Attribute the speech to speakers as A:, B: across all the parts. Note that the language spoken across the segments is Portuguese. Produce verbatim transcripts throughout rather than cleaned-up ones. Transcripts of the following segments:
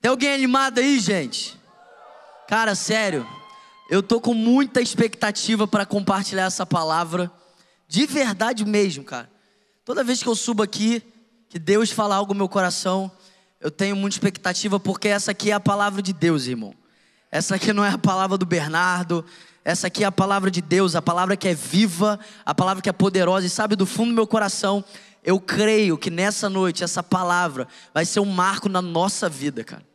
A: Tem alguém animado aí, gente? Cara, sério, eu tô com muita expectativa para compartilhar essa palavra, de verdade mesmo, cara. Toda vez que eu subo aqui, que Deus fala algo no meu coração, eu tenho muita expectativa, porque essa aqui é a palavra de Deus, irmão. Essa aqui não é a palavra do Bernardo, essa aqui é a palavra de Deus, a palavra que é viva, a palavra que é poderosa. E sabe, do fundo do meu coração, eu creio que nessa noite, essa palavra vai ser um marco na nossa vida, cara.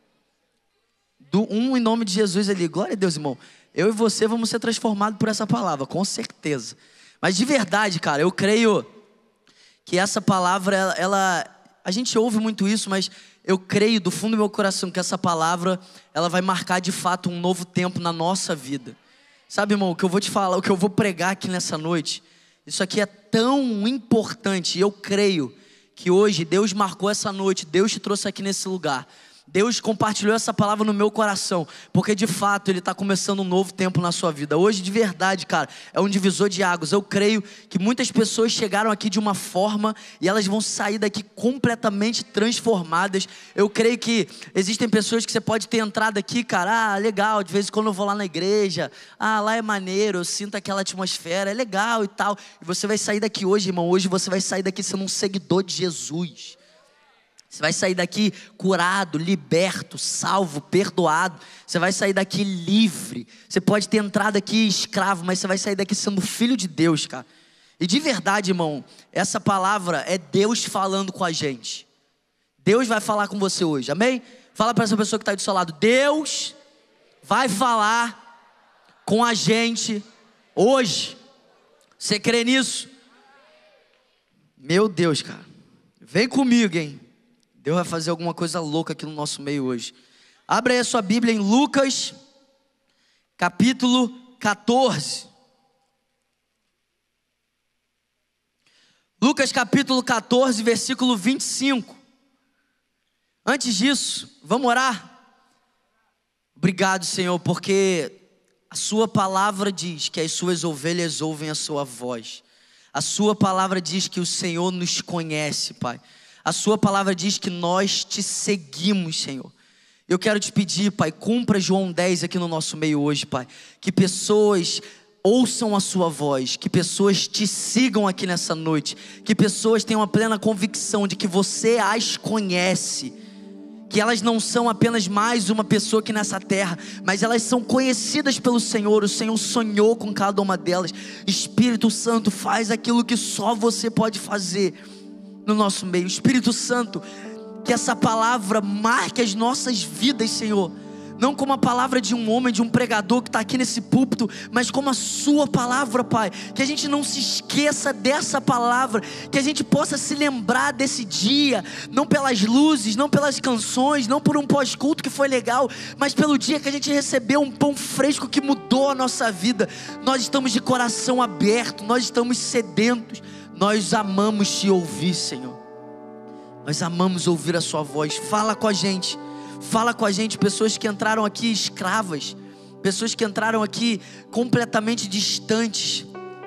A: Do um em nome de Jesus ali, glória a Deus, irmão. Eu e você vamos ser transformados por essa palavra, com certeza. Mas de verdade, cara, eu creio que essa palavra, ela, ela, a gente ouve muito isso, mas eu creio do fundo do meu coração que essa palavra, ela vai marcar de fato um novo tempo na nossa vida. Sabe, irmão, o que eu vou te falar, o que eu vou pregar aqui nessa noite, isso aqui é tão importante. E eu creio que hoje Deus marcou essa noite, Deus te trouxe aqui nesse lugar. Deus compartilhou essa palavra no meu coração, porque de fato Ele está começando um novo tempo na sua vida. Hoje de verdade, cara, é um divisor de águas. Eu creio que muitas pessoas chegaram aqui de uma forma e elas vão sair daqui completamente transformadas. Eu creio que existem pessoas que você pode ter entrado aqui, cara, ah, legal, de vez em quando eu vou lá na igreja, ah, lá é maneiro, eu sinto aquela atmosfera, é legal e tal. E você vai sair daqui hoje, irmão, hoje você vai sair daqui sendo um seguidor de Jesus. Você vai sair daqui curado, liberto, salvo, perdoado. Você vai sair daqui livre. Você pode ter entrado aqui escravo, mas você vai sair daqui sendo filho de Deus, cara. E de verdade, irmão, essa palavra é Deus falando com a gente. Deus vai falar com você hoje, amém? Fala para essa pessoa que está do seu lado. Deus vai falar com a gente hoje. Você crê nisso? Meu Deus, cara. Vem comigo, hein? Deus vai fazer alguma coisa louca aqui no nosso meio hoje. Abra aí a sua Bíblia em Lucas, capítulo catorze. Lucas capítulo catorze, versículo vinte e cinco. Antes disso, vamos orar? Obrigado, Senhor, porque a sua palavra diz que as suas ovelhas ouvem a sua voz. A sua palavra diz que o Senhor nos conhece, Pai. A sua palavra diz que nós te seguimos, Senhor. Eu quero te pedir, Pai, cumpra João dez aqui no nosso meio hoje, Pai. Que pessoas ouçam a sua voz, que pessoas te sigam aqui nessa noite, que pessoas tenham a plena convicção de que você as conhece, que elas não são apenas mais uma pessoa aqui nessa terra, mas elas são conhecidas pelo Senhor. O Senhor sonhou com cada uma delas. Espírito Santo, faz aquilo que só você pode fazer no nosso meio. Espírito Santo, que essa palavra marque as nossas vidas, Senhor, não como a palavra de um homem, de um pregador que está aqui nesse púlpito, mas como a sua palavra, Pai. Que a gente não se esqueça dessa palavra, que a gente possa se lembrar desse dia, não pelas luzes, não pelas canções, não por um pós-culto que foi legal, mas pelo dia que a gente recebeu um pão fresco que mudou a nossa vida. Nós estamos de coração aberto, nós estamos sedentos. Nós amamos te ouvir, Senhor. Nós amamos ouvir a sua voz. Fala com a gente. Fala com a gente, pessoas que entraram aqui escravas, pessoas que entraram aqui completamente distantes.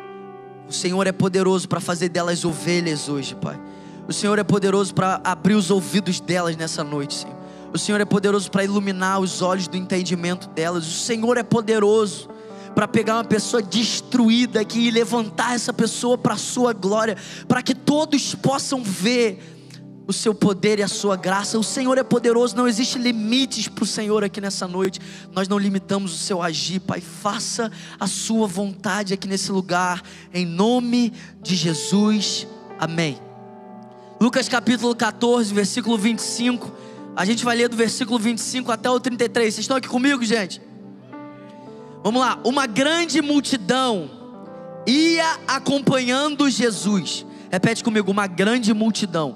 A: O Senhor é poderoso para fazer delas ovelhas hoje, Pai. O Senhor é poderoso para abrir os ouvidos delas nessa noite, Senhor. O Senhor é poderoso para iluminar os olhos do entendimento delas. O Senhor é poderoso para pegar uma pessoa destruída aqui e levantar essa pessoa para a sua glória, para que todos possam ver o seu poder e a sua graça. O Senhor é poderoso, não existe limites para o Senhor aqui nessa noite. Nós não limitamos o seu agir, Pai. Faça a sua vontade aqui nesse lugar, em nome de Jesus, amém. Lucas capítulo catorze, versículo vinte e cinco. A gente vai ler do versículo vinte e cinco até o trinta e três. Vocês estão aqui comigo, gente? Vamos lá. Uma grande multidão ia acompanhando Jesus. Repete comigo, uma grande multidão.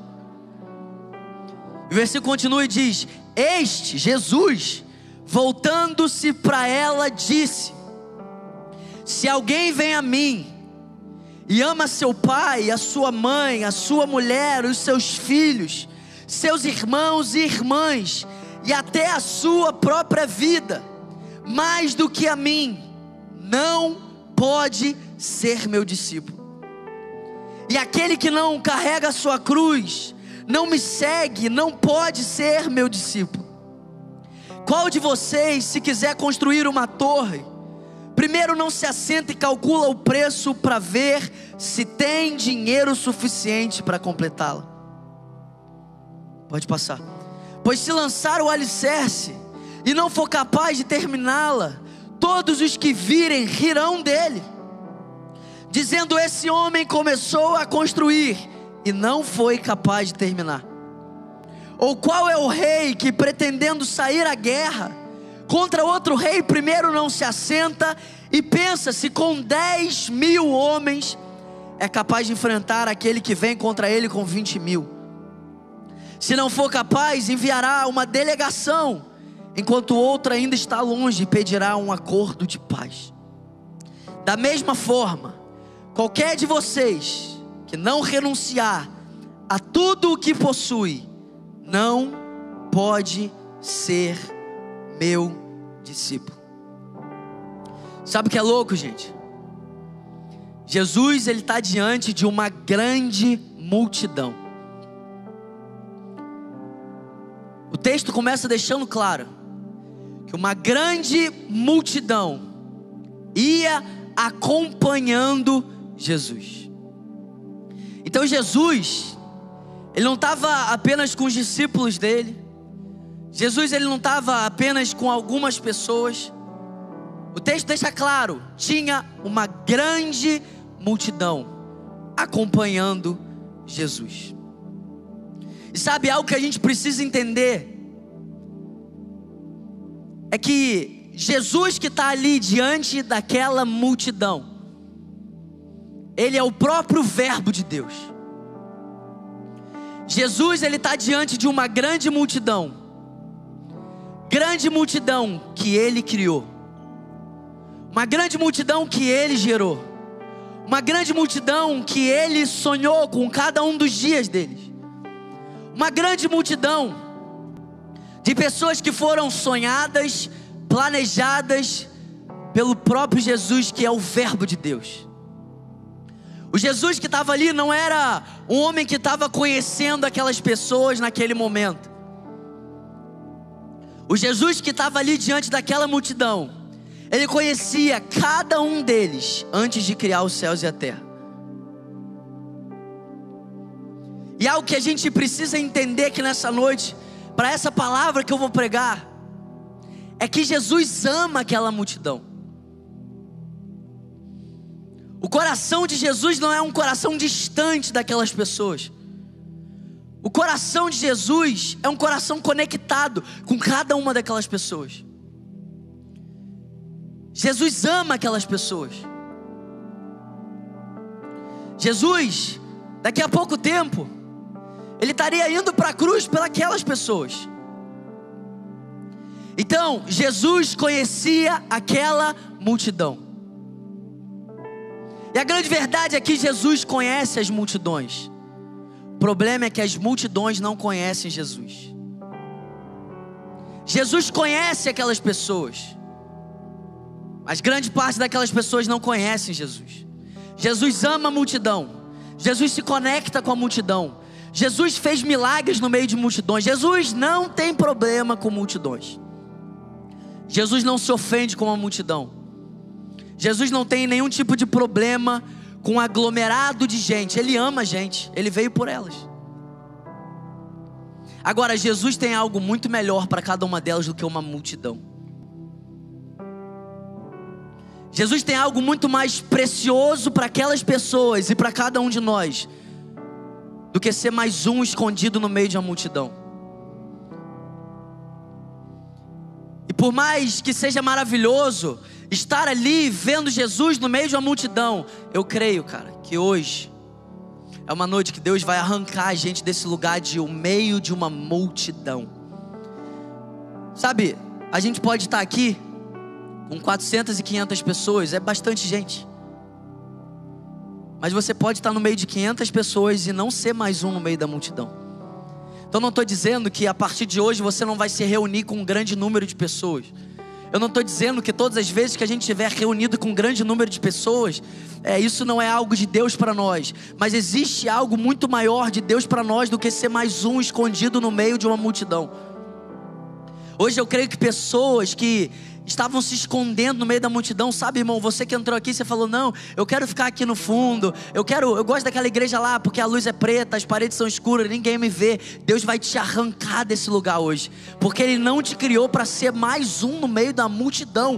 A: O versículo continua e diz: este, Jesus, voltando-se para ela, disse: se alguém vem a mim e ama seu pai, a sua mãe, a sua mulher, os seus filhos, seus irmãos e irmãs, e até a sua própria vida, mais do que a mim, não pode ser meu discípulo. E aquele que não carrega a sua cruz, não me segue, não pode ser meu discípulo. Qual de vocês, se quiser construir uma torre, primeiro não se assenta e calcula o preço para ver se tem dinheiro suficiente para completá-la? Pode passar. Pois se lançar o alicerce e não for capaz de terminá-la, todos os que virem rirão dele, dizendo: esse homem começou a construir e não foi capaz de terminar. Ou qual é o rei que, pretendendo sair à guerra contra outro rei, primeiro não se assenta e pensa se com dez mil homens é capaz de enfrentar aquele que vem contra ele com vinte mil? Se não for capaz, enviará uma delegação, enquanto outra ainda está longe, e pedirá um acordo de paz. Da mesma forma, qualquer de vocês que não renunciar a tudo o que possui, não pode ser meu discípulo. Sabe o que é louco, gente? Jesus, ele está diante de uma grande multidão. O texto começa deixando claro que uma grande multidão ia acompanhando Jesus. Então Jesus, ele não estava apenas com os discípulos dele. Jesus, ele não estava apenas com algumas pessoas. O texto deixa claro, tinha uma grande multidão acompanhando Jesus. E sabe algo que a gente precisa entender? É que Jesus que está ali diante daquela multidão, ele é o próprio verbo de Deus. Jesus, ele está diante de uma grande multidão, grande multidão que ele criou, uma grande multidão que ele gerou, uma grande multidão que ele sonhou com cada um dos dias deles, uma grande multidão de pessoas que foram sonhadas, planejadas pelo próprio Jesus, que é o verbo de Deus. O Jesus que estava ali não era um homem que estava conhecendo aquelas pessoas naquele momento. O Jesus que estava ali diante daquela multidão, ele conhecia cada um deles antes de criar os céus e a terra. E algo que a gente precisa entender aqui nessa noite, para essa palavra que eu vou pregar, é que Jesus ama aquela multidão. O coração de Jesus não é um coração distante daquelas pessoas. O coração de Jesus é um coração conectado com cada uma daquelas pessoas. Jesus ama aquelas pessoas. Jesus, daqui a pouco tempo, ele estaria indo para a cruz pelas pessoas. Então, Jesus conhecia aquela multidão. E a grande verdade é que Jesus conhece as multidões. O problema é que as multidões não conhecem Jesus. Jesus conhece aquelas pessoas, mas grande parte daquelas pessoas não conhecem Jesus. Jesus ama a multidão. Jesus se conecta com a multidão. Jesus fez milagres no meio de multidões. Jesus não tem problema com multidões. Jesus não se ofende com a multidão. Jesus não tem nenhum tipo de problema com um aglomerado de gente. Ele ama a gente, ele veio por elas. Agora, Jesus tem algo muito melhor para cada uma delas do que uma multidão. Jesus tem algo muito mais precioso para aquelas pessoas e para cada um de nós do que ser mais um escondido no meio de uma multidão. E por mais que seja maravilhoso estar ali vendo Jesus no meio de uma multidão, eu creio, cara, que hoje é uma noite que Deus vai arrancar a gente desse lugar de o meio de uma multidão. Sabe, a gente pode estar aqui com quatrocentas e quinhentas pessoas, é bastante gente. Mas você pode estar no meio de quinhentas pessoas e não ser mais um no meio da multidão. Então não estou dizendo que a partir de hoje você não vai se reunir com um grande número de pessoas. Eu não estou dizendo que todas as vezes que a gente estiver reunido com um grande número de pessoas, é, isso não é algo de Deus para nós. Mas existe algo muito maior de Deus para nós do que ser mais um escondido no meio de uma multidão. Hoje eu creio que pessoas que estavam se escondendo no meio da multidão, sabe, irmão, você que entrou aqui, você falou, não, eu quero ficar aqui no fundo, eu quero, eu gosto daquela igreja lá, porque a luz é preta, as paredes são escuras, ninguém me vê. Deus vai te arrancar desse lugar hoje, porque Ele não te criou para ser mais um no meio da multidão.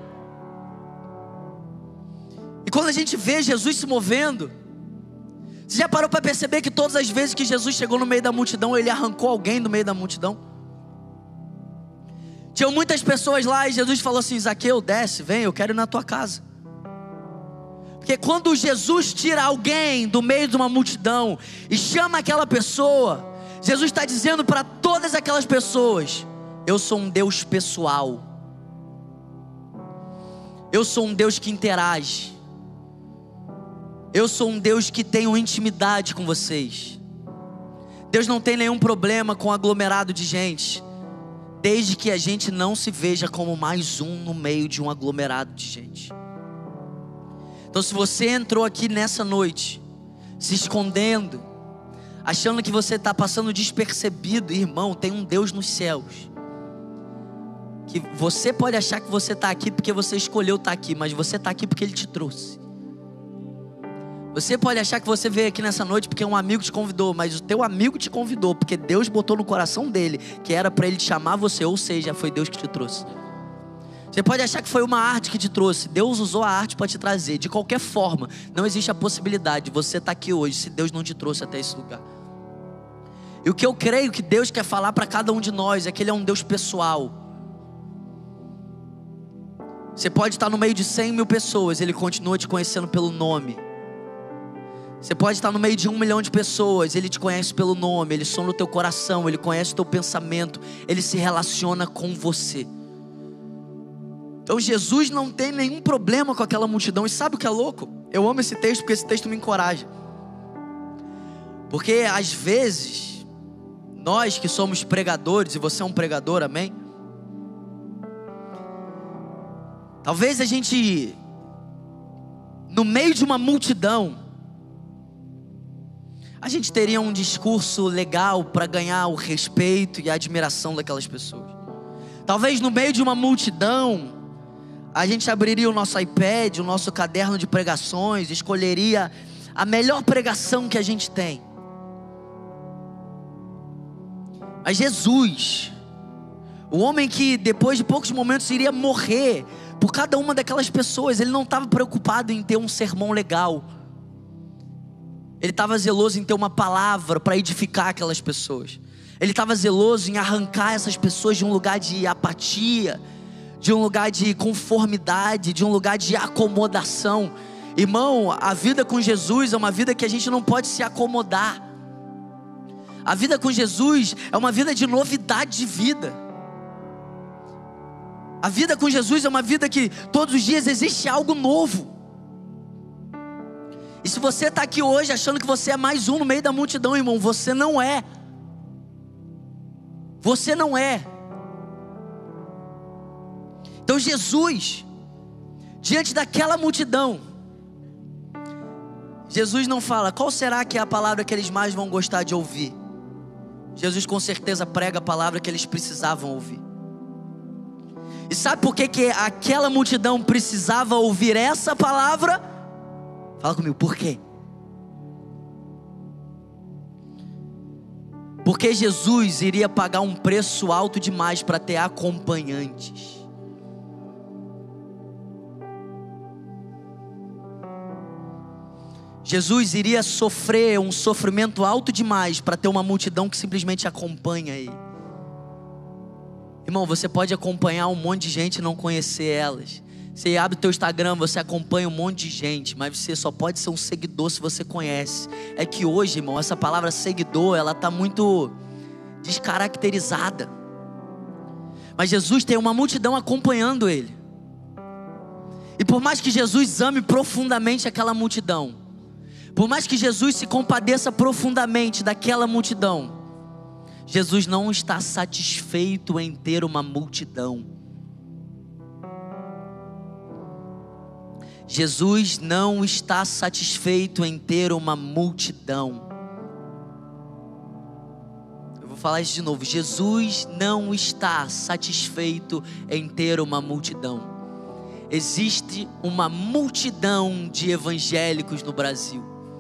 A: E quando a gente vê Jesus se movendo, você já parou para perceber que todas as vezes que Jesus chegou no meio da multidão, Ele arrancou alguém do meio da multidão? Tinham muitas pessoas lá e Jesus falou assim, Zaqueu, desce, vem, eu quero ir na tua casa. Porque quando Jesus tira alguém do meio de uma multidão e chama aquela pessoa, Jesus está dizendo para todas aquelas pessoas, eu sou um Deus pessoal. Eu sou um Deus que interage. Eu sou um Deus que tenho intimidade com vocês. Deus não tem nenhum problema com aglomerado de gente, desde que a gente não se veja como mais um no meio de um aglomerado de gente. Então se você entrou aqui nessa noite, se escondendo, achando que você está passando despercebido, irmão, tem um Deus nos céus, que você pode achar que você está aqui porque você escolheu estar aqui, mas você está aqui porque Ele te trouxe. Você pode achar que você veio aqui nessa noite porque um amigo te convidou, mas o teu amigo te convidou porque Deus botou no coração dele que era para ele te chamar você, ou seja, foi Deus que te trouxe. Você pode achar que foi uma arte que te trouxe, Deus usou a arte para te trazer. De qualquer forma, não existe a possibilidade de você estar aqui hoje se Deus não te trouxe até esse lugar. E o que eu creio que Deus quer falar para cada um de nós é que Ele é um Deus pessoal. Você pode estar no meio de cem mil pessoas, Ele continua te conhecendo pelo nome. Você pode estar no meio de um milhão de pessoas, Ele te conhece pelo nome, Ele sonda o teu coração, Ele conhece o teu pensamento, Ele se relaciona com você. Então Jesus não tem nenhum problema com aquela multidão. E sabe o que é louco? Eu amo esse texto porque esse texto me encoraja. Porque às vezes, nós que somos pregadores, e você é um pregador, amém? Talvez a gente, no meio de uma multidão, a gente teria um discurso legal para ganhar o respeito e a admiração daquelas pessoas. Talvez no meio de uma multidão, a gente abriria o nosso iPad, o nosso caderno de pregações, escolheria a melhor pregação que a gente tem. Mas Jesus, o homem que depois de poucos momentos iria morrer por cada uma daquelas pessoas, Ele não estava preocupado em ter um sermão legal. Ele estava zeloso em ter uma palavra para edificar aquelas pessoas. Ele estava zeloso em arrancar essas pessoas de um lugar de apatia, de um lugar de conformidade, de um lugar de acomodação. Irmão, a vida com Jesus é uma vida que a gente não pode se acomodar. A vida com Jesus é uma vida de novidade de vida. A vida com Jesus é uma vida que todos os dias existe algo novo. E se você está aqui hoje achando que você é mais um no meio da multidão, irmão, você não é. Você não é. Então Jesus, diante daquela multidão, Jesus não fala, qual será que é a palavra que eles mais vão gostar de ouvir? Jesus com certeza prega a palavra que eles precisavam ouvir. E sabe por que que aquela multidão precisava ouvir essa palavra? Fala comigo, por quê? Porque Jesus iria pagar um preço alto demais para ter acompanhantes. Jesus iria sofrer um sofrimento alto demais para ter uma multidão que simplesmente acompanha Ele. Irmão, você pode acompanhar um monte de gente e não conhecer elas. Você abre o teu Instagram, você acompanha um monte de gente, mas você só pode ser um seguidor se você conhece. É que hoje, irmão, essa palavra seguidor, ela está muito descaracterizada. Mas Jesus tem uma multidão acompanhando Ele. E por mais que Jesus ame profundamente aquela multidão, por mais que Jesus se compadeça profundamente daquela multidão, Jesus não está satisfeito em ter uma multidão. Jesus não está satisfeito em ter uma multidão. Eu vou falar isso de novo. Jesus não está satisfeito em ter uma multidão. Existe uma multidão de evangélicos no Brasil.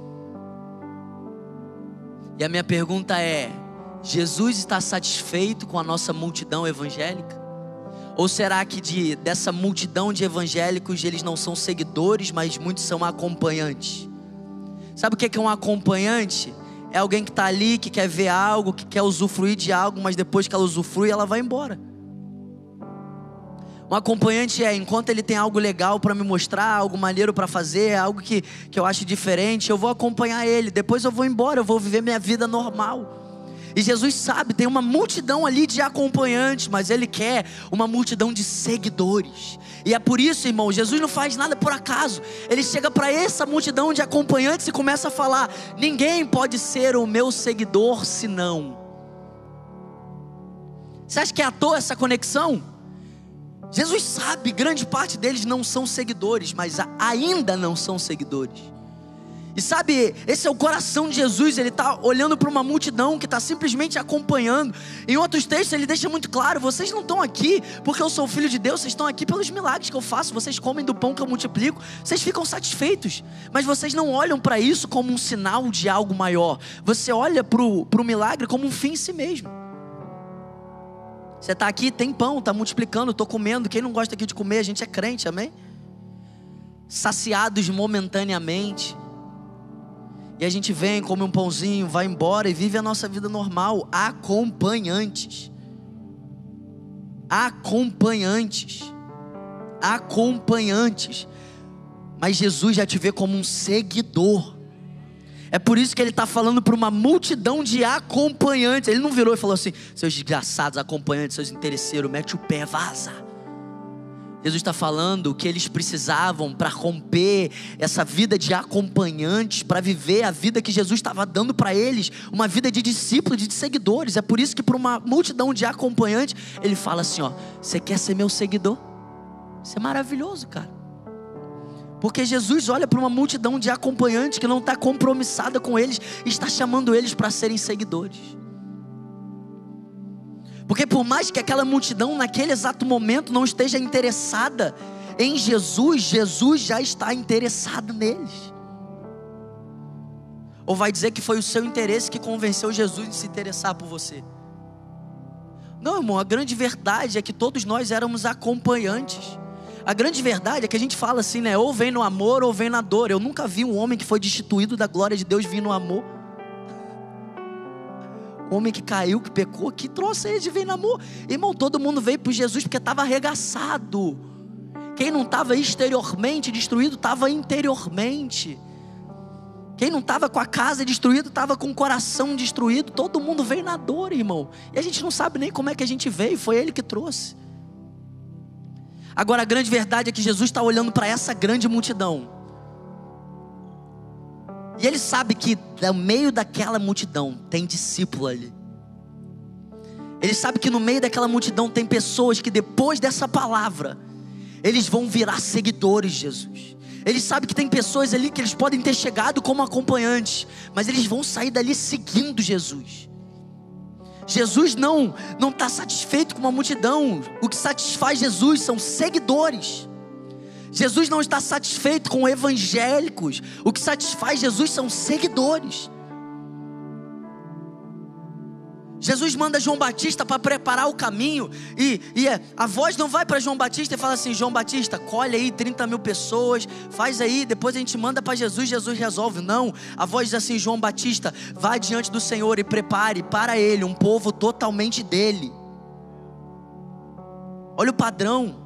A: E a minha pergunta é: Jesus está satisfeito com a nossa multidão evangélica? Ou será que de, dessa multidão de evangélicos eles não são seguidores, mas muitos são acompanhantes? Sabe o que é um acompanhante? É alguém que está ali, que quer ver algo, que quer usufruir de algo, mas depois que ela usufrui, ela vai embora. Um acompanhante é, enquanto ele tem algo legal para me mostrar, algo maneiro para fazer, algo que, que eu acho diferente, eu vou acompanhar ele, depois eu vou embora, eu vou viver minha vida normal. E Jesus sabe, tem uma multidão ali de acompanhantes, mas Ele quer uma multidão de seguidores. E é por isso, irmão, Jesus não faz nada por acaso. Ele chega para essa multidão de acompanhantes e começa a falar: ninguém pode ser o meu seguidor senão. Você acha que é à toa essa conexão? Jesus sabe, grande parte deles não são seguidores, mas ainda não são seguidores. E sabe, esse é o coração de Jesus. Ele está olhando para uma multidão que está simplesmente acompanhando. Em outros textos ele deixa muito claro: vocês não estão aqui porque eu sou o Filho de Deus, vocês estão aqui pelos milagres que eu faço. Vocês comem do pão que eu multiplico, vocês ficam satisfeitos, mas vocês não olham para isso como um sinal de algo maior. Você olha para o milagre como um fim em si mesmo. Você está aqui, tem pão, está multiplicando, estou comendo. Quem não gosta aqui de comer? A gente é crente, amém? Saciados momentaneamente. E a gente vem, come um pãozinho, vai embora e vive a nossa vida normal. Acompanhantes. Acompanhantes. Acompanhantes. Mas Jesus já te vê como um seguidor. É por isso que Ele está falando para uma multidão de acompanhantes. Ele não virou e falou assim: seus desgraçados acompanhantes, seus interesseiros, mete o pé, vaza. Jesus está falando que eles precisavam para romper essa vida de acompanhantes, para viver a vida que Jesus estava dando para eles, uma vida de discípulos, de seguidores. É por isso que para uma multidão de acompanhantes, Ele fala assim: ó, você quer ser meu seguidor? Isso é maravilhoso, cara. Porque Jesus olha para uma multidão de acompanhantes que não está compromissada com eles, e está chamando eles para serem seguidores. Porque por mais que aquela multidão naquele exato momento não esteja interessada em Jesus, Jesus já está interessado neles. Ou vai dizer que foi o seu interesse que convenceu Jesus de se interessar por você? Não, irmão, a grande verdade é que todos nós éramos acompanhantes. A grande verdade é que a gente fala assim, né? Ou vem no amor ou vem na dor. Eu nunca vi um homem que foi destituído da glória de Deus vir no amor. O homem que caiu, que pecou, que trouxe ele de vir no amor. Irmão, todo mundo veio para Jesus porque estava arregaçado. Quem não estava exteriormente destruído, estava interiormente. Quem não estava com a casa destruída, estava com o coração destruído. Todo mundo veio na dor, irmão. E a gente não sabe nem como é que a gente veio. Foi Ele que trouxe. Agora a grande verdade é que Jesus está olhando para essa grande multidão. E Ele sabe que no meio daquela multidão tem discípulo ali. Ele sabe que no meio daquela multidão tem pessoas que depois dessa palavra, eles vão virar seguidores de Jesus. Ele sabe que tem pessoas ali que eles podem ter chegado como acompanhantes, mas eles vão sair dali seguindo Jesus. Jesus não não está satisfeito com uma multidão. O que satisfaz Jesus são seguidores. Jesus não está satisfeito com evangélicos. O que satisfaz Jesus são seguidores. Jesus manda João Batista para preparar o caminho, e, e a voz não vai para João Batista e fala assim: João Batista, colhe aí trinta mil pessoas, faz aí, depois a gente manda para Jesus, Jesus resolve. Não, a voz diz assim: João Batista, vai diante do Senhor e prepare para Ele um povo totalmente dele. Olha o padrão.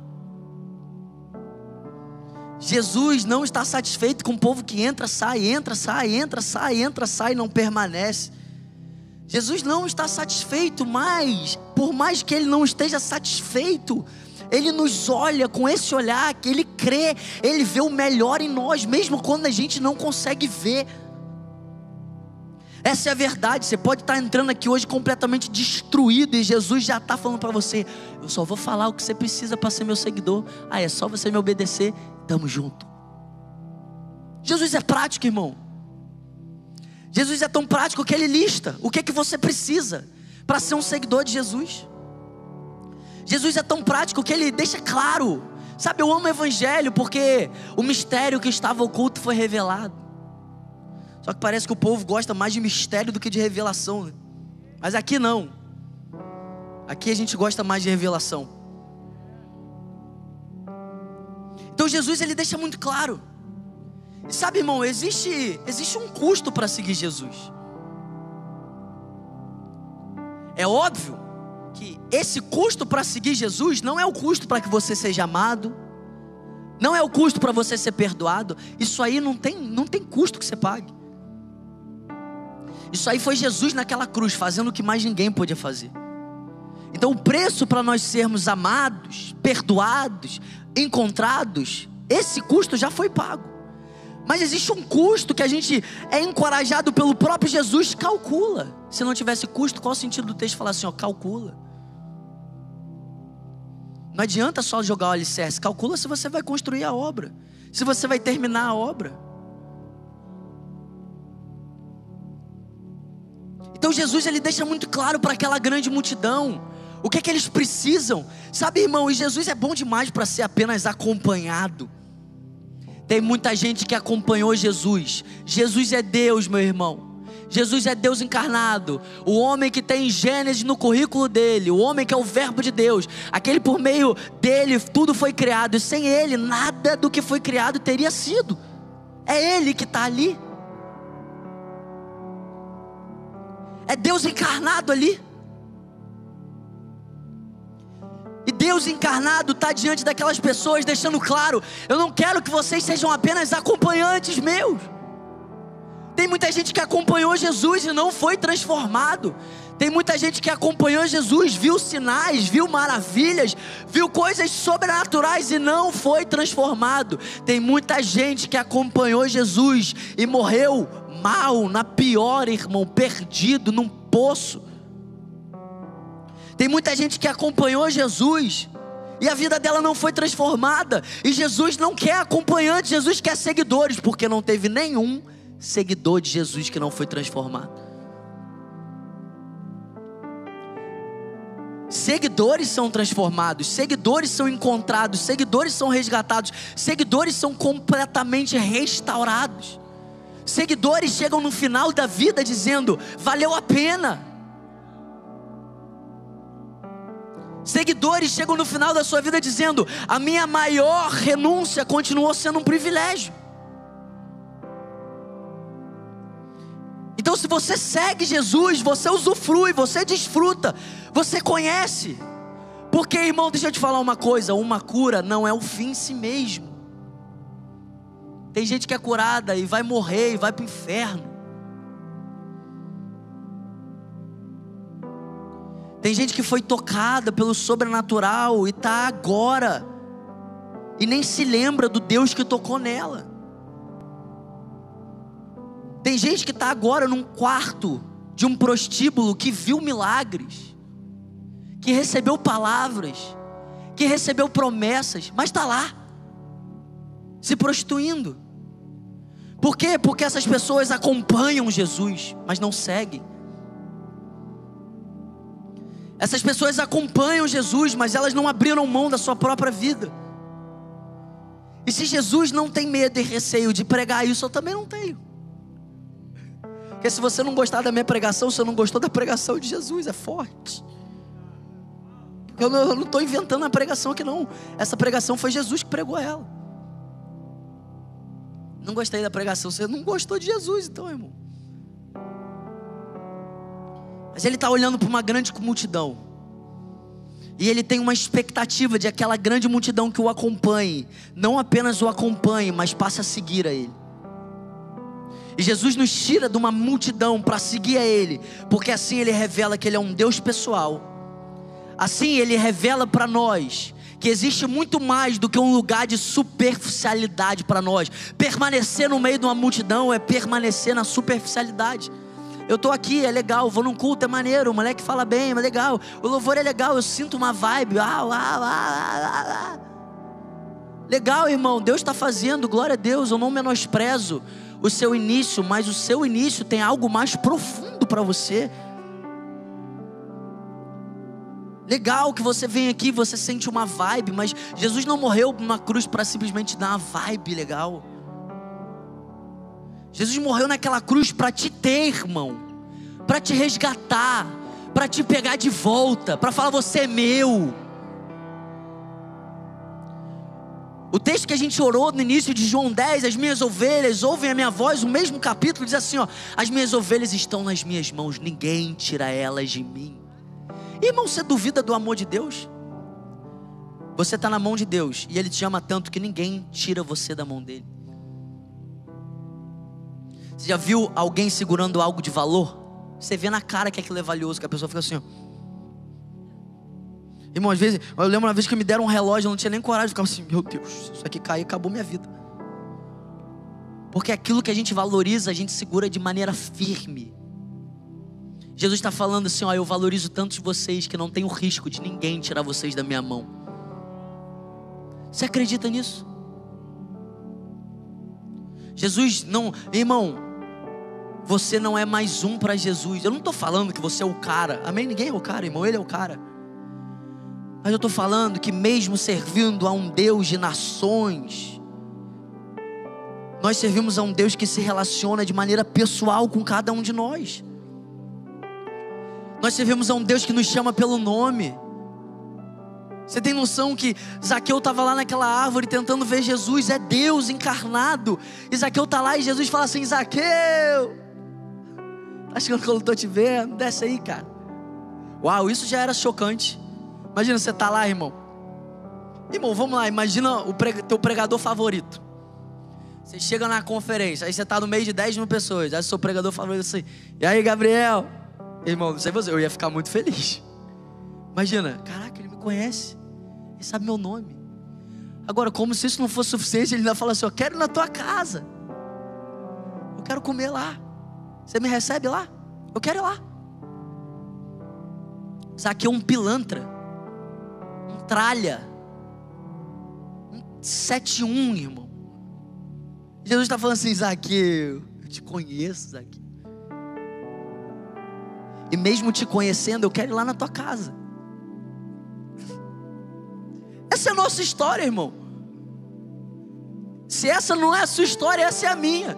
A: Jesus não está satisfeito com o povo que entra, sai, entra, sai, entra, sai, entra, sai, não permanece. Jesus não está satisfeito, mas por mais que Ele não esteja satisfeito, Ele nos olha com esse olhar que Ele crê, Ele vê o melhor em nós, mesmo quando a gente não consegue ver. Essa é a verdade. Você pode estar entrando aqui hoje completamente destruído, e Jesus já está falando para você: eu só vou falar o que você precisa para ser meu seguidor. Ah, é só você me obedecer, tamo junto. Jesus é prático, irmão. Jesus é tão prático que Ele lista o que, que você precisa. para ser um seguidor de Jesus. Jesus é tão prático que ele deixa claro. Sabe, eu amo o evangelho porque o mistério que estava oculto foi revelado. Só que parece que o povo gosta mais de mistério do que de revelação, né? Mas aqui não. Aqui a gente gosta mais de revelação. Então Jesus, ele deixa muito claro. E sabe, irmão, existe, existe um custo para seguir Jesus. É óbvio que esse custo para seguir Jesus não é o custo para que você seja amado, não é o custo para você ser perdoado. Isso aí não tem, não tem custo que você pague. Isso aí foi Jesus naquela cruz, fazendo o que mais ninguém podia fazer. Então o preço para nós sermos amados, perdoados, encontrados, esse custo já foi pago. Mas existe um custo que a gente é encorajado pelo próprio Jesus, calcula. Se não tivesse custo, qual o sentido do texto falar assim, ó, calcula? Não adianta só jogar o alicerce, calcula se você vai construir a obra, se você vai terminar a obra. Então Jesus, ele deixa muito claro para aquela grande multidão o que é que eles precisam. Sabe, irmão, e Jesus é bom demais para ser apenas acompanhado. Tem muita gente que acompanhou Jesus. Jesus é Deus, meu irmão. Jesus é Deus encarnado. O homem que tem Gênesis no currículo dele. O homem que é o verbo de Deus. Aquele por meio dele tudo foi criado. E sem ele nada do que foi criado teria sido. É ele que está ali. É Deus encarnado ali. E Deus encarnado está diante daquelas pessoas, deixando claro: eu não quero que vocês sejam apenas acompanhantes meus. Tem muita gente que acompanhou Jesus e não foi transformado. Tem muita gente que acompanhou Jesus, viu sinais, viu maravilhas, viu coisas sobrenaturais e não foi transformado. Tem muita gente que acompanhou Jesus e morreu mal, na pior, irmão, perdido num poço. Tem muita gente que acompanhou Jesus e a vida dela não foi transformada. E Jesus não quer acompanhantes, Jesus quer seguidores, porque não teve nenhum seguidor de Jesus que não foi transformado. Seguidores são transformados, seguidores são encontrados, seguidores são resgatados, seguidores são completamente restaurados. Seguidores chegam no final da vida dizendo: valeu a pena. Seguidores chegam no final da sua vida dizendo: a minha maior renúncia continuou sendo um privilégio. Então, se você segue Jesus, você usufrui, você desfruta, você conhece. Porque, irmão, deixa eu te falar uma coisa: uma cura não é o fim em si mesmo. Tem gente que é curada e vai morrer e vai para o inferno. Tem gente que foi tocada pelo sobrenatural e está agora e nem se lembra do Deus que tocou nela. Tem gente que está agora num quarto de um prostíbulo que viu milagres, que recebeu palavras, que recebeu promessas, mas está lá, se prostituindo. Por quê? Porque essas pessoas acompanham Jesus, mas não seguem. Essas pessoas acompanham Jesus, mas elas não abriram mão da sua própria vida. E se Jesus não tem medo e receio de pregar isso, eu também não tenho. Porque se você não gostar da minha pregação, você não gostou da pregação de Jesus, é forte. Eu não estou inventando a pregação aqui não. Essa pregação foi Jesus que pregou ela. Não gostei da pregação, você não gostou de Jesus então, irmão. Mas ele está olhando para uma grande multidão. E ele tem uma expectativa de aquela grande multidão que o acompanhe. Não apenas o acompanhe, mas passe a seguir a ele. E Jesus nos tira de uma multidão para seguir a ele, porque assim ele revela que ele é um Deus pessoal. Assim ele revela para nós que existe muito mais do que um lugar de superficialidade para nós. Permanecer no meio de uma multidão é permanecer na superficialidade. Eu estou aqui, é legal, vou num culto, é maneiro, o moleque fala bem, é legal, o louvor é legal, eu sinto uma vibe, ah, ah, ah, ah, ah. Legal, irmão, Deus está fazendo, glória a Deus, eu não menosprezo o seu início, mas o seu início tem algo mais profundo para você. Legal que você vem aqui, você sente uma vibe, mas Jesus não morreu numa cruz para simplesmente dar uma vibe legal. Jesus morreu naquela cruz para te ter, irmão, para te resgatar, para te pegar de volta, para falar: você é meu. O texto que a gente orou no início de João dez, as minhas ovelhas ouvem a minha voz, o mesmo capítulo diz assim, ó: as minhas ovelhas estão nas minhas mãos, ninguém tira elas de mim. Irmão, você duvida do amor de Deus? Você está na mão de Deus e Ele te ama tanto que ninguém tira você da mão dele. Você já viu alguém segurando algo de valor? Você vê na cara que aquilo é valioso, que a pessoa fica assim, ó. Irmão, às vezes, eu lembro uma vez que me deram um relógio, eu não tinha nem coragem, eu ficava assim: meu Deus, se isso aqui cair, acabou minha vida. Porque aquilo que a gente valoriza, a gente segura de maneira firme. Jesus está falando assim, ó: eu valorizo tanto de vocês que não tem o risco de ninguém tirar vocês da minha mão. Você acredita nisso? Jesus não, irmão, você não é mais um para Jesus. Eu não estou falando que você é o cara, amém? Ninguém é o cara, irmão, Ele é o cara. Mas eu estou falando que mesmo servindo a um Deus de nações, nós servimos a um Deus que se relaciona de maneira pessoal com cada um de nós. Nós servimos a um Deus que nos chama pelo nome. Você tem noção que Zaqueu estava lá naquela árvore tentando ver Jesus? É Deus encarnado. E Zaqueu está lá e Jesus fala assim: Zaqueu, tá achando que eu não estou te vendo? Desce aí, cara. Uau, isso já era chocante. Imagina, você está lá, irmão. Irmão, vamos lá, imagina o preg- teu pregador favorito. Você chega na conferência, aí você está no meio de dez mil pessoas. Aí seu pregador favorito assim: e aí, Gabriel? Irmão, não sei você, eu ia ficar muito feliz. Imagina, caraca, ele me conhece, ele sabe meu nome. Agora, como se isso não fosse suficiente, ele ainda fala assim: eu quero ir na tua casa, eu quero comer lá, você me recebe lá? Eu quero ir lá. Zaqueu é um pilantra, um tralha, um sete um, irmão. Jesus está falando assim: Zaqueu, eu te conheço, Zaqueu. E mesmo te conhecendo, eu quero ir lá na tua casa. Essa é a nossa história, irmão. Se essa não é a sua história, essa é a minha.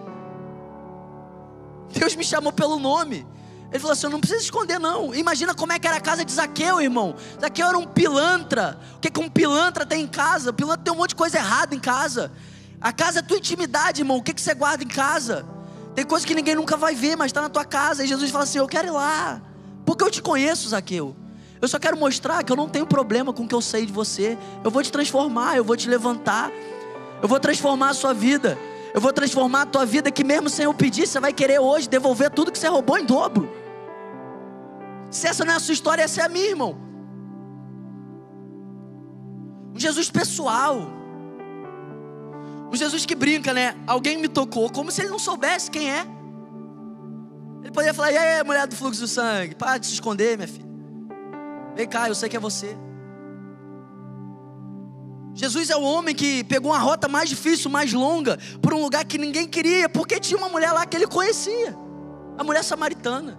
A: Deus me chamou pelo nome. Ele falou assim: eu não preciso esconder não. Imagina como é que era a casa de Zaqueu, irmão. Zaqueu era um pilantra. O que que um pilantra tem em casa? O pilantra tem um monte de coisa errada em casa. A casa é tua intimidade, irmão. O que que você guarda em casa? Tem coisa que ninguém nunca vai ver, mas está na tua casa. E Jesus fala assim: eu quero ir lá, porque eu te conheço, Zaqueu. Eu só quero mostrar que eu não tenho problema com o que eu sei de você. Eu vou te transformar, eu vou te levantar. Eu vou transformar a sua vida. Eu vou transformar a tua vida, que mesmo sem eu pedir, você vai querer hoje devolver tudo que você roubou em dobro. Se essa não é a sua história, essa é a minha, irmão. Um Jesus pessoal. Um Jesus que brinca, né? Alguém me tocou, como se ele não soubesse quem é. Ele poderia falar: e aí, mulher do fluxo do sangue, para de se esconder, minha filha. Vem cá, eu sei que é você. Jesus é o homem que pegou uma rota mais difícil, mais longa, por um lugar que ninguém queria, porque tinha uma mulher lá que ele conhecia, a mulher samaritana.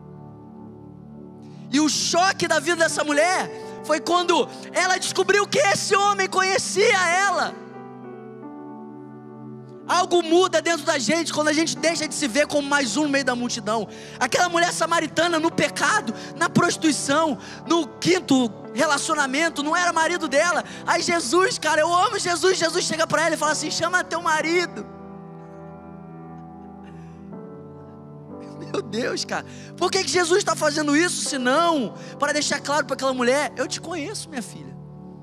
A: E o choque da vida dessa mulher foi quando ela descobriu que esse homem conhecia ela. Algo muda dentro da gente quando a gente deixa de se ver como mais um no meio da multidão. Aquela mulher samaritana no pecado, na prostituição, no quinto relacionamento, não era marido dela. Aí Jesus, cara, eu amo Jesus. Jesus chega para ela e fala assim: chama teu marido. Meu Deus, cara, por que que Jesus está fazendo isso? Se não, para deixar claro para aquela mulher: eu te conheço, minha filha.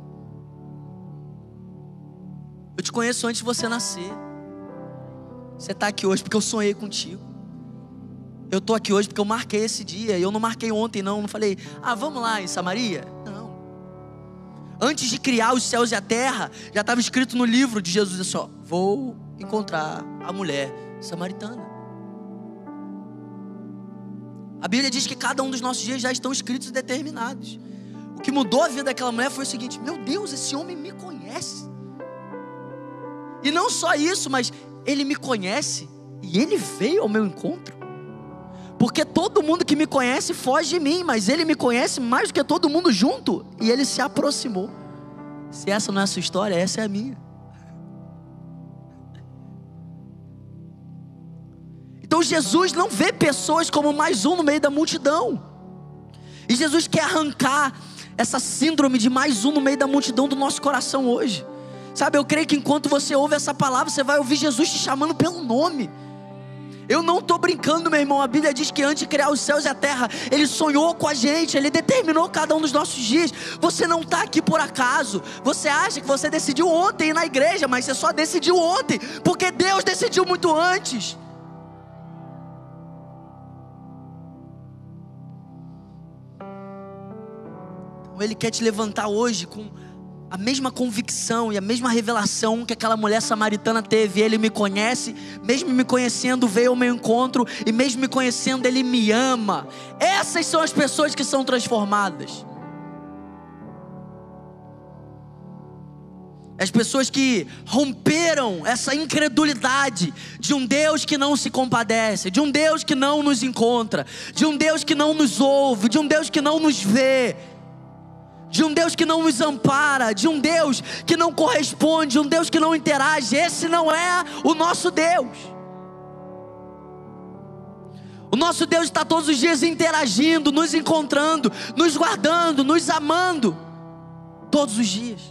A: Eu te conheço antes de você nascer. Você está aqui hoje porque eu sonhei contigo. Eu estou aqui hoje porque eu marquei esse dia. E eu não marquei ontem não, não falei: ah, vamos lá em Samaria. Não. Antes de criar os céus e a terra, já estava escrito no livro de Jesus assim: ó, vou encontrar a mulher samaritana. A Bíblia diz que cada um dos nossos dias já estão escritos e determinados. O que mudou a vida daquela mulher foi o seguinte: meu Deus, esse homem me conhece. E não só isso, mas ele me conhece e ele veio ao meu encontro. Porque todo mundo que me conhece foge de mim, mas ele me conhece mais do que todo mundo junto, e ele se aproximou. Se essa não é a sua história, essa é a minha. Então Jesus não vê pessoas como mais um no meio da multidão. E Jesus quer arrancar essa síndrome de mais um no meio da multidão do nosso coração hoje. Sabe, eu creio que enquanto você ouve essa palavra, você vai ouvir Jesus te chamando pelo nome. Eu não estou brincando, meu irmão. A Bíblia diz que antes de criar os céus e a terra, Ele sonhou com a gente, Ele determinou cada um dos nossos dias. Você não está aqui por acaso. Você acha que você decidiu ontem ir na igreja, mas você só decidiu ontem, porque Deus decidiu muito antes. Então Ele quer te levantar hoje com a mesma convicção e a mesma revelação que aquela mulher samaritana teve. Ele me conhece, mesmo me conhecendo veio ao meu encontro, e mesmo me conhecendo Ele me ama. Essas são as pessoas que são transformadas. As pessoas que romperam essa incredulidade de um Deus que não se compadece, de um Deus que não nos encontra, de um Deus que não nos ouve, de um Deus que não nos vê, de um Deus que não nos ampara, de um Deus que não corresponde, de um Deus que não interage. Esse não é o nosso Deus. O nosso Deus está todos os dias interagindo, nos encontrando, nos guardando, nos amando, todos os dias.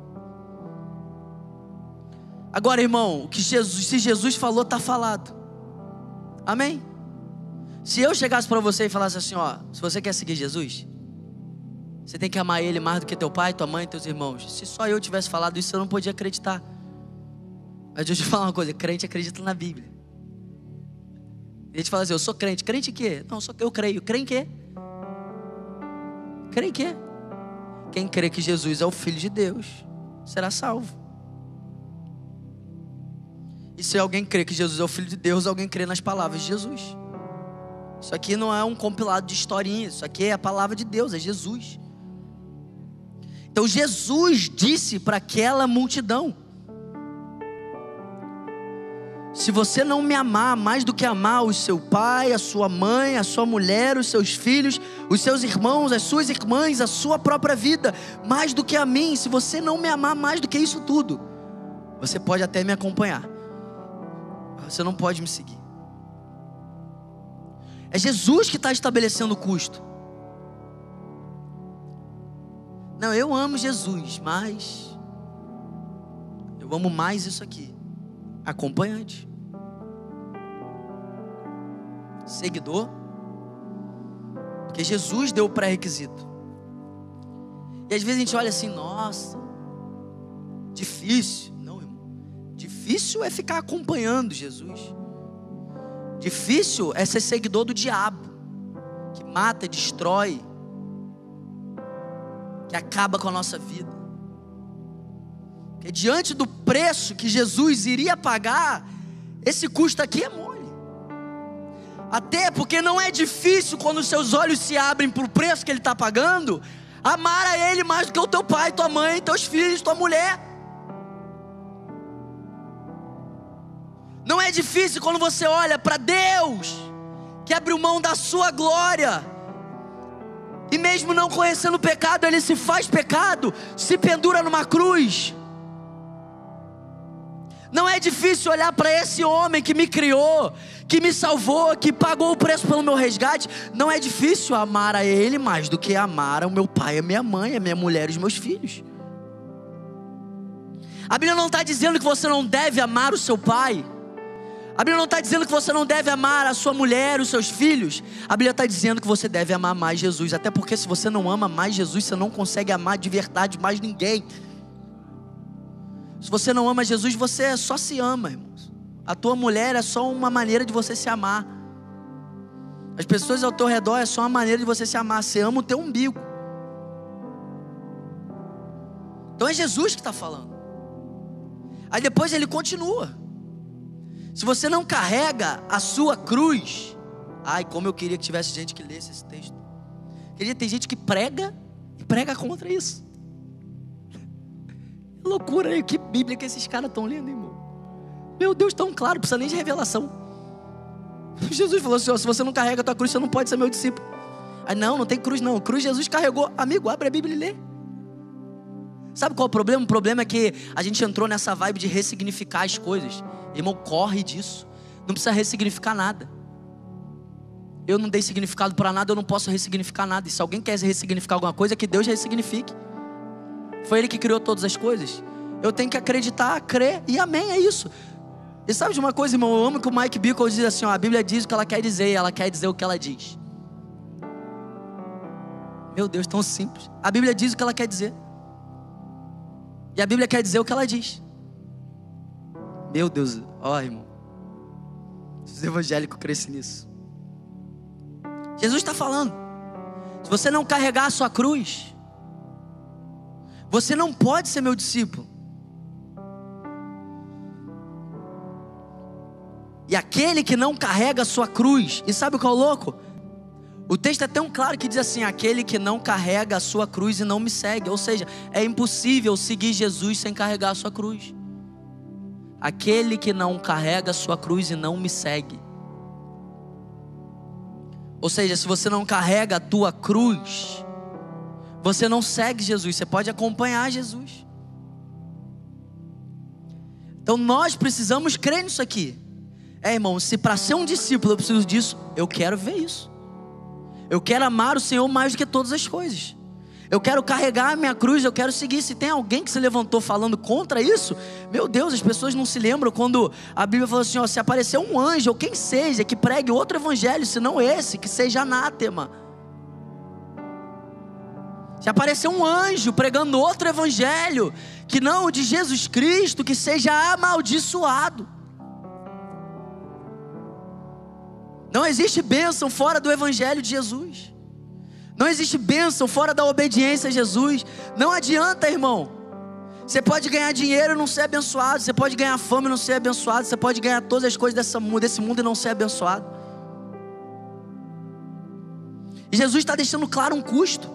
A: Agora, irmão, o que Jesus, se Jesus falou, está falado. Amém? Se eu chegasse para você e falasse assim, ó, se você quer seguir Jesus, você tem que amar Ele mais do que teu pai, tua mãe, teus irmãos. Se só eu tivesse falado isso, eu não podia acreditar. Mas deixa eu te falar uma coisa, crente acredita na Bíblia. E a gente fala assim, eu sou crente. Crente em quê? Não, só que eu creio. Crê em quê? Crê em quê? Quem crê que Jesus é o Filho de Deus será salvo. E se alguém crê que Jesus é o Filho de Deus, alguém crê nas palavras de Jesus. Isso aqui não é um compilado de historinhas. Isso aqui é a palavra de Deus, é Jesus. Então Jesus disse para aquela multidão: se você não me amar mais do que amar o seu pai, a sua mãe, a sua mulher, os seus filhos, os seus irmãos, as suas irmãs, a sua própria vida, mais do que a mim, se você não me amar mais do que isso tudo, você pode até me acompanhar, você não pode me seguir. É Jesus que está estabelecendo o custo. Não, eu amo Jesus, mas eu amo mais isso aqui: acompanhante, seguidor, porque Jesus deu o pré-requisito. E às vezes a gente olha assim, nossa, difícil. Não, irmão, difícil é ficar acompanhando Jesus. Difícil é ser seguidor do diabo, que mata, destrói, que acaba com a nossa vida. Porque diante do preço que Jesus iria pagar, esse custo aqui é mole. Até porque não é difícil, quando os seus olhos se abrem para o preço que Ele está pagando, amar a Ele mais do que o teu pai, tua mãe, teus filhos, tua mulher. Não é difícil quando você olha para Deus, que abriu mão da sua glória, e mesmo não conhecendo o pecado, Ele se faz pecado, se pendura numa cruz. Não é difícil olhar para esse homem que me criou, que me salvou, que pagou o preço pelo meu resgate. Não é difícil amar a Ele mais do que amar o meu pai, a minha mãe, a minha mulher e os meus filhos. A Bíblia não está dizendo que você não deve amar o seu pai. A Bíblia não está dizendo que você não deve amar a sua mulher, os seus filhos. A Bíblia está dizendo que você deve amar mais Jesus. Até porque se você não ama mais Jesus, você não consegue amar de verdade mais ninguém. Se você não ama Jesus, você só se ama, irmãos. A tua mulher é só uma maneira de você se amar. As pessoas ao teu redor é só uma maneira de você se amar. Você ama o teu umbigo. Então é Jesus que está falando. Aí depois Ele continua: se você não carrega a sua cruz. Ai, como eu queria que tivesse gente que lesse esse texto. Queria ter gente que prega e prega contra isso. Que loucura aí, que Bíblia que esses caras estão lendo, irmão. Meu Deus, tão claro, não precisa nem de revelação. Jesus falou assim, ó, se você não carrega a tua cruz, você não pode ser meu discípulo. Aí, não, não tem cruz não, cruz Jesus carregou. Amigo, abre a Bíblia e lê. Sabe qual é o problema? O problema é que a gente entrou nessa vibe de ressignificar as coisas. Irmão, corre disso. Não precisa ressignificar nada. Eu não dei significado para nada, eu não posso ressignificar nada. E se alguém quer ressignificar alguma coisa, que Deus ressignifique. Foi Ele que criou todas as coisas. Eu tenho que acreditar, crer e amém, é isso. E sabe de uma coisa, irmão? Eu amo que o Mike Bickle diz assim, ó, a Bíblia diz o que ela quer dizer e ela quer dizer o que ela diz. Meu Deus, tão simples. A Bíblia diz o que ela quer dizer. E a Bíblia quer dizer o que ela diz. Meu Deus, ó, irmão. Os evangélicos crescem nisso. Jesus está falando, se você não carregar a sua cruz, você não pode ser meu discípulo. E aquele que não carrega a sua cruz, e sabe o que é o louco? O texto é tão claro que diz assim, aquele que não carrega a sua cruz e não me segue. Ou seja, é impossível seguir Jesus sem carregar a sua cruz. Aquele que não carrega a sua cruz e não me segue. Ou seja, se você não carrega a tua cruz, você não segue Jesus, você pode acompanhar Jesus. Então nós precisamos crer nisso aqui. É, irmão, se para ser um discípulo eu preciso disso, eu quero ver isso. Eu quero amar o Senhor mais do que todas as coisas. Eu quero carregar a minha cruz, eu quero seguir. Se tem alguém que se levantou falando contra isso, meu Deus, as pessoas não se lembram quando a Bíblia falou assim, ó, se aparecer um anjo, ou quem seja, que pregue outro evangelho, senão esse, que seja anátema. Se aparecer um anjo pregando outro evangelho, que não o de Jesus Cristo, que seja amaldiçoado. Não existe bênção fora do evangelho de Jesus. Não existe bênção fora da obediência a Jesus. Não adianta, irmão. Você pode ganhar dinheiro e não ser abençoado. Você pode ganhar fama e não ser abençoado. Você pode ganhar todas as coisas dessa, desse mundo e não ser abençoado. E Jesus está deixando claro um custo.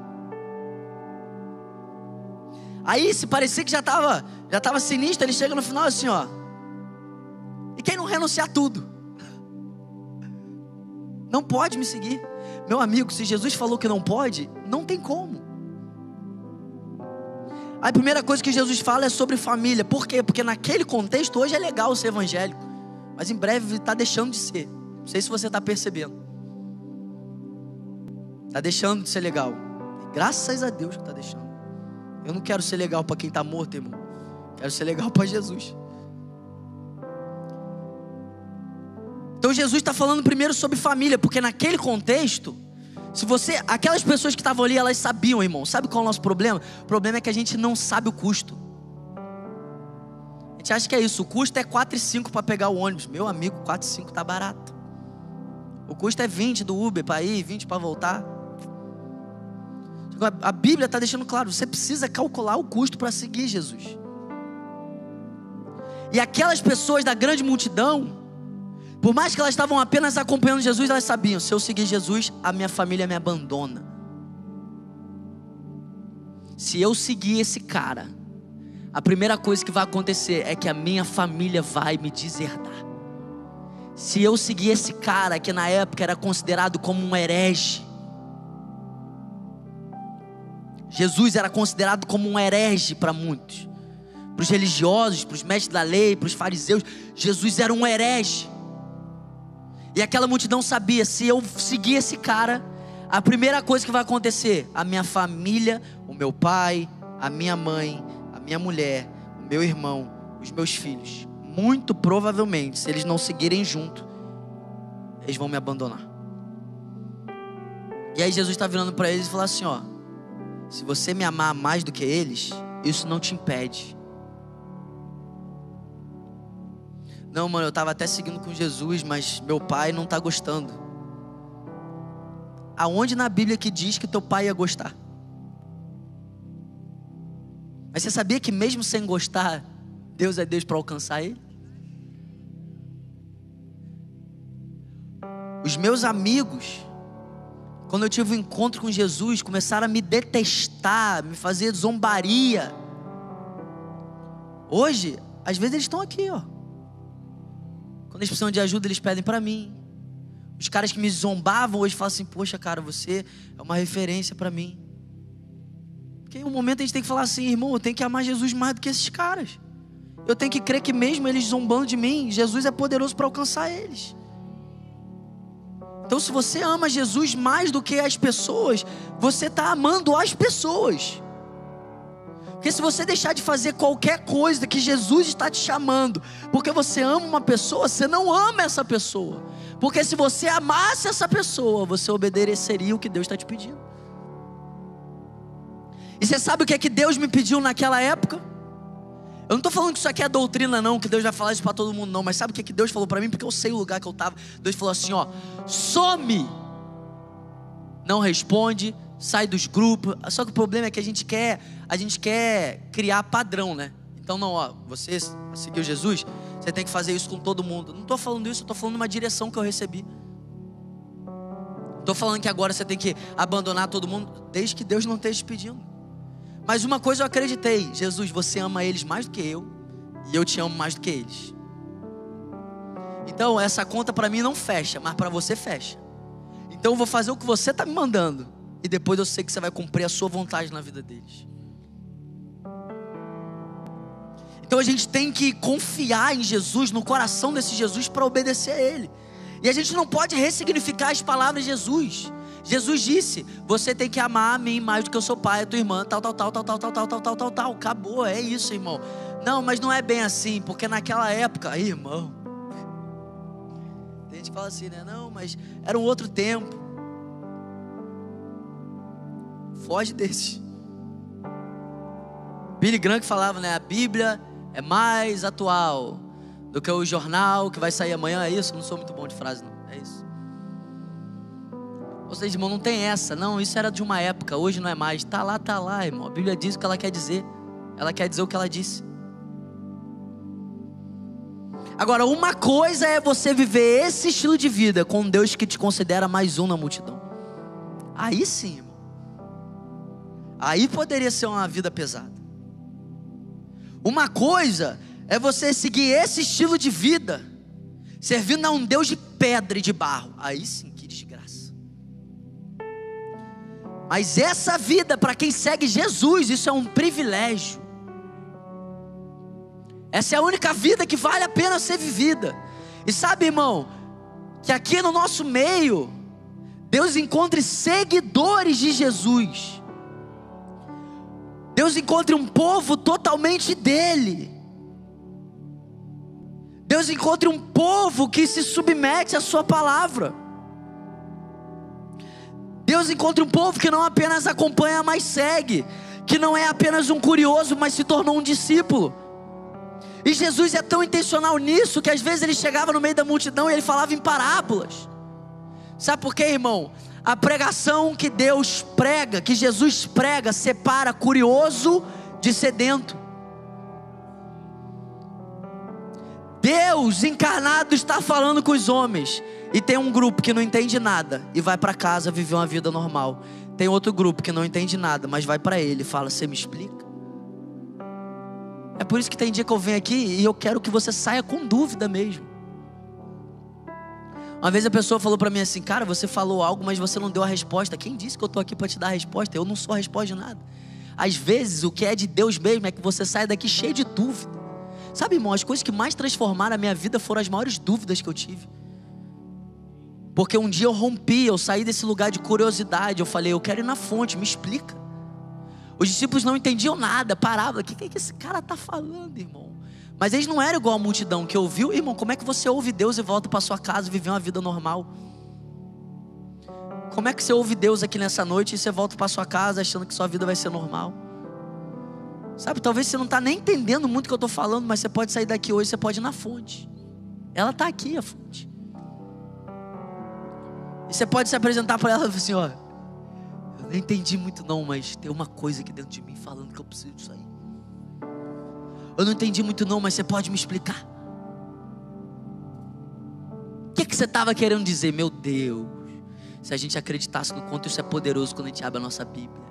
A: Aí, se parecia que já estava já estava sinistro, ele chega no final assim, ó. E quem não renunciar tudo? Não pode me seguir. Meu amigo, se Jesus falou que não pode, não tem como. A primeira coisa que Jesus fala é sobre família. Por quê? Porque naquele contexto hoje é legal ser evangélico, mas em breve está deixando de ser. Não sei se você está percebendo. Está deixando de ser legal. Graças a Deus que está deixando. Eu não quero ser legal para quem está morto, irmão. Quero ser legal para Jesus. Então Jesus está falando primeiro sobre família, porque naquele contexto, se você, aquelas pessoas que estavam ali, elas sabiam, irmão. Sabe qual é o nosso problema? O problema é que a gente não sabe o custo. A gente acha que é isso, o custo é quatro e cinco para pegar o ônibus. Meu amigo, quatro e cinco está barato. O custo é vinte do Uber para ir, vinte para voltar. A Bíblia está deixando claro, você precisa calcular o custo para seguir Jesus. E aquelas pessoas da grande multidão, por mais que elas estavam apenas acompanhando Jesus, elas sabiam, se eu seguir Jesus, a minha família me abandona. Se eu seguir esse cara, a primeira coisa que vai acontecer é que a minha família vai me deserdar. Se eu seguir esse cara, que na época era considerado como um herege, Jesus era considerado como um herege para muitos, para os religiosos, para os mestres da lei, para os fariseus. Jesus era um herege. E aquela multidão sabia, se eu seguir esse cara, a primeira coisa que vai acontecer, a minha família, o meu pai, a minha mãe, a minha mulher, o meu irmão, os meus filhos, muito provavelmente, se eles não seguirem junto, eles vão me abandonar. E aí Jesus está virando para eles e fala assim, ó, se você me amar mais do que eles, isso não te impede. Não, mano, eu estava até seguindo com Jesus, mas meu pai não está gostando. Aonde na Bíblia que diz que teu pai ia gostar? Mas você sabia que mesmo sem gostar, Deus é Deus para alcançar ele? Os meus amigos, quando eu tive um encontro com Jesus, começaram a me detestar, me fazer zombaria. Hoje, às vezes eles estão aqui, ó. Quando eles precisam de ajuda, eles pedem para mim. Os caras que me zombavam hoje falam assim: poxa, cara, você é uma referência para mim. Porque em um momento a gente tem que falar assim: irmão, eu tenho que amar Jesus mais do que esses caras. Eu tenho que crer que mesmo eles zombando de mim, Jesus é poderoso para alcançar eles. Então, se você ama Jesus mais do que as pessoas, você está amando as pessoas. Porque se você deixar de fazer qualquer coisa que Jesus está te chamando, porque você ama uma pessoa, você não ama essa pessoa. Porque se você amasse essa pessoa, você obedeceria o que Deus está te pedindo. E você sabe o que é que Deus me pediu naquela época? Eu não estou falando que isso aqui é doutrina não, que Deus vai falar isso para todo mundo não. Mas sabe o que é que Deus falou para mim? Porque eu sei o lugar que eu estava. Deus falou assim, ó: some. Não responde, sai dos grupos. Só que o problema é que a gente quer, a gente quer criar padrão, né? Então não, ó, você seguiu Jesus, você tem que fazer isso com todo mundo. Não estou falando isso, eu estou falando uma direção que eu recebi. Estou falando que agora você tem que abandonar todo mundo, desde que Deus não esteja te pedindo. Mas uma coisa eu acreditei: Jesus, você ama eles mais do que eu, e eu te amo mais do que eles. Então essa conta para mim não fecha, mas para você fecha. Então eu vou fazer o que você está me mandando, e depois eu sei que você vai cumprir a sua vontade na vida deles. Então a gente tem que confiar em Jesus, no coração desse Jesus, para obedecer a Ele. E a gente não pode ressignificar as palavras de Jesus. Jesus disse: você tem que amar a mim mais do que o seu pai, a tua irmã, tal, tal, tal, tal, tal, tal, tal, tal, tal, tal, tal. Acabou, é isso, irmão. Não, mas não é bem assim, porque naquela época, aí, irmão, tem gente que fala assim, né? Não, mas era um outro tempo. Foge desses. Billy Graham que falava, né? A Bíblia é mais atual do que o jornal que vai sair amanhã. É isso? Eu não sou muito bom de frase, não. É isso. Ou seja, irmão, não tem essa. Não, isso era de uma época, hoje não é mais. Tá lá, tá lá, irmão. A Bíblia diz o que ela quer dizer. Ela quer dizer o que ela disse. Agora, uma coisa é você viver esse estilo de vida com Deus que te considera mais um na multidão. Aí sim, irmão. Aí poderia ser uma vida pesada. Uma coisa é você seguir esse estilo de vida servindo a um Deus de pedra e de barro. Aí sim, que desgraça. Mas essa vida, para quem segue Jesus, isso é um privilégio. Essa é a única vida que vale a pena ser vivida. E sabe, irmão, que aqui no nosso meio, Deus encontre seguidores de Jesus. Deus encontre um povo totalmente dele. Deus encontre um povo que se submete à sua palavra. Deus encontre um povo que não apenas acompanha, mas segue. Que não é apenas um curioso, mas se tornou um discípulo. E Jesus é tão intencional nisso, que às vezes ele chegava no meio da multidão e ele falava em parábolas. Sabe por quê, irmão? A pregação que Deus prega, que Jesus prega, separa curioso de sedento. Deus encarnado está falando com os homens, e tem um grupo que não entende nada e vai para casa viver uma vida normal. Tem outro grupo que não entende nada, mas vai para ele e fala: você me explica? É por isso que tem dia que eu venho aqui e eu quero que você saia com dúvida mesmo. Uma vez a pessoa falou para mim assim: cara, você falou algo, mas você não deu a resposta. Quem disse que eu estou aqui para te dar a resposta? Eu não sou a resposta de nada. Às vezes o que é de Deus mesmo é que você sai daqui cheio de dúvida. Sabe, irmão, as coisas que mais transformaram a minha vida foram as maiores dúvidas que eu tive. Porque um dia eu rompi, eu saí desse lugar de curiosidade. Eu falei: eu quero ir na fonte, me explica. Os discípulos não entendiam nada, paravam: o que, que esse cara está falando, irmão? Mas eles não eram igual a multidão que ouviu. Irmão, como é que você ouve Deus e volta para sua casa e vive uma vida normal? Como é que você ouve Deus aqui nessa noite e você volta para sua casa achando que sua vida vai ser normal? Sabe, talvez você não está nem entendendo muito o que eu estou falando, mas você pode sair daqui hoje, você pode ir na fonte. Ela está aqui, a fonte. E você pode se apresentar para ela e falar assim: ó, eu não entendi muito não, mas tem uma coisa aqui dentro de mim falando que eu preciso disso aí. Eu não entendi muito não, mas você pode me explicar? O que, que você estava querendo dizer? Meu Deus, se a gente acreditasse no quanto isso é poderoso quando a gente abre a nossa Bíblia.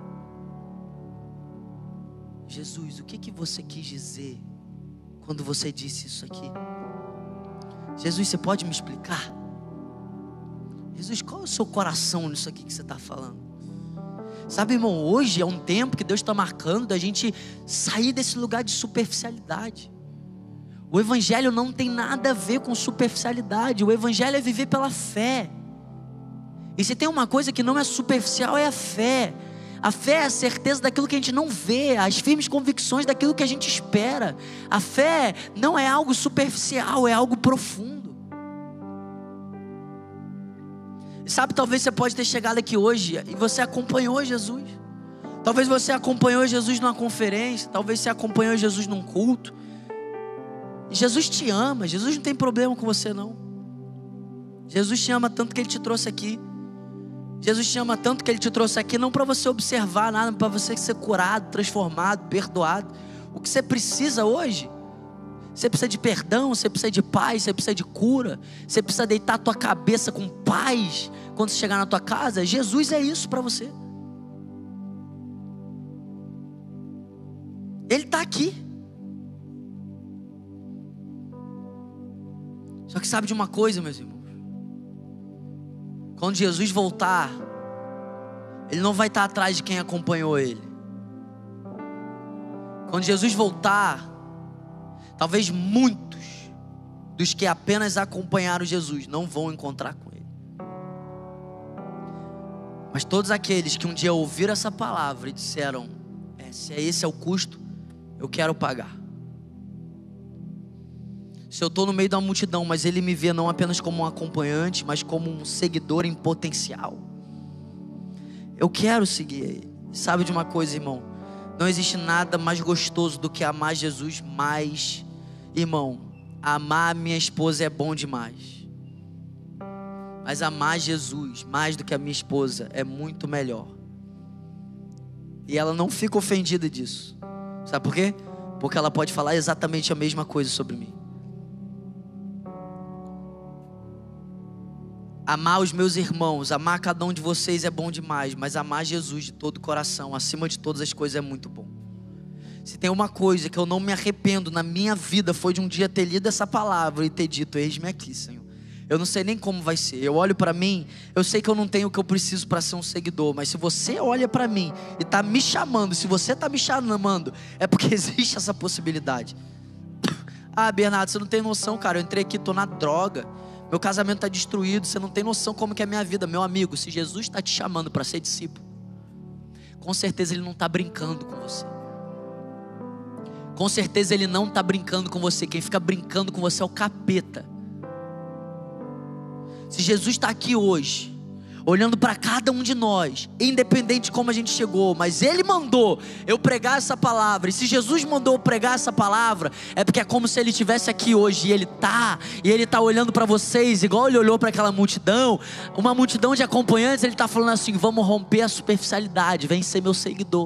A: Jesus, o que, que você quis dizer quando você disse isso aqui? Jesus, você pode me explicar? Jesus, qual é o seu coração nisso aqui que você está falando? Sabe, irmão, hoje é um tempo que Deus está marcando da gente sair desse lugar de superficialidade. O evangelho não tem nada a ver com superficialidade. O evangelho é viver pela fé. E se tem uma coisa que não é superficial, é a fé. A fé é a certeza daquilo que a gente não vê, as firmes convicções daquilo que a gente espera. A fé não é algo superficial, é algo profundo. E sabe, talvez você pode ter chegado aqui hoje e você acompanhou Jesus. Talvez você acompanhou Jesus numa conferência, talvez você acompanhou Jesus num culto. E Jesus te ama, Jesus não tem problema com você não. Jesus te ama tanto que Ele te trouxe aqui. Jesus te ama tanto que Ele te trouxe aqui não para você observar nada, para você ser curado, transformado, perdoado. O que você precisa hoje, você precisa de perdão, você precisa de paz, você precisa de cura, você precisa deitar a tua cabeça com paz quando você chegar na tua casa. Jesus é isso para você. Ele está aqui. Só que sabe de uma coisa, meus irmãos? Quando Jesus voltar, Ele não vai estar atrás de quem acompanhou Ele. Quando Jesus voltar, talvez muitos dos que apenas acompanharam Jesus não vão encontrar com Ele. Mas todos aqueles que um dia ouviram essa palavra e disseram: é, se esse é o custo, eu quero pagar. Se eu estou no meio da multidão, mas Ele me vê não apenas como um acompanhante, mas como um seguidor em potencial, eu quero seguir Ele. Sabe de uma coisa, irmão? Não existe nada mais gostoso do que amar Jesus mais. Irmão, amar a minha esposa é bom demais, mas amar Jesus mais do que a minha esposa é muito melhor. E ela não fica ofendida disso. Sabe por quê? Porque ela pode falar exatamente a mesma coisa sobre mim. Amar os meus irmãos, amar cada um de vocês é bom demais, mas amar Jesus de todo o coração, acima de todas as coisas, é muito bom. Se tem uma coisa que eu não me arrependo na minha vida, foi de um dia ter lido essa palavra e ter dito: eis-me aqui, Senhor. Eu não sei nem como vai ser. Eu olho para mim, eu sei que eu não tenho o que eu preciso para ser um seguidor, mas se você olha para mim e está me chamando, se você está me chamando, é porque existe essa possibilidade. Ah, Bernardo, você não tem noção, cara, eu entrei aqui, estou na droga, meu casamento está destruído, você não tem noção como que é a minha vida. Meu amigo, se Jesus está te chamando para ser discípulo, com certeza Ele não está brincando com você. Com certeza Ele não está brincando com você. Quem fica brincando com você é o capeta. Se Jesus está aqui hoje, olhando para cada um de nós, independente de como a gente chegou, mas Ele mandou eu pregar essa palavra, e se Jesus mandou eu pregar essa palavra, é porque é como se Ele estivesse aqui hoje, e Ele está, e Ele está olhando para vocês, igual Ele olhou para aquela multidão, uma multidão de acompanhantes. Ele está falando assim: vamos romper a superficialidade, vem ser meu seguidor.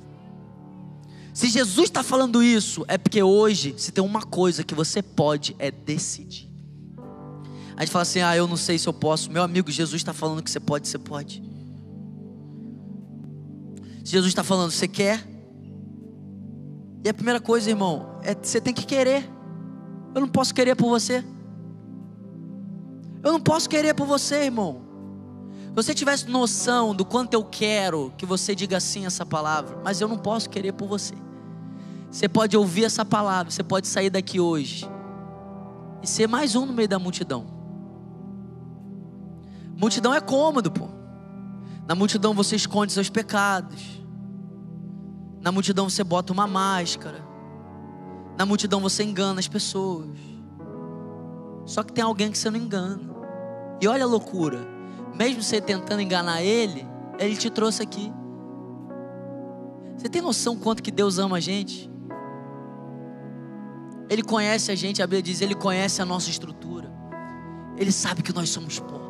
A: Se Jesus está falando isso, é porque hoje, se tem uma coisa que você pode, é decidir. A gente fala assim: ah, eu não sei se eu posso. Meu amigo, Jesus está falando que você pode, você pode. Se Jesus está falando, você quer? E a primeira coisa, irmão, é você tem que querer. Eu não posso querer por você. Eu não posso querer por você, irmão. Se você tivesse noção do quanto eu quero que você diga assim essa palavra, mas eu não posso querer por você. Você pode ouvir essa palavra, você pode sair daqui hoje e ser mais um no meio da multidão. Multidão é cômodo, pô. Na multidão você esconde seus pecados. Na multidão você bota uma máscara. Na multidão você engana as pessoas. Só que tem alguém que você não engana. E olha a loucura. Mesmo você tentando enganar Ele, Ele te trouxe aqui. Você tem noção quanto que Deus ama a gente? Ele conhece a gente, a Bíblia diz, Ele conhece a nossa estrutura. Ele sabe que nós somos pó.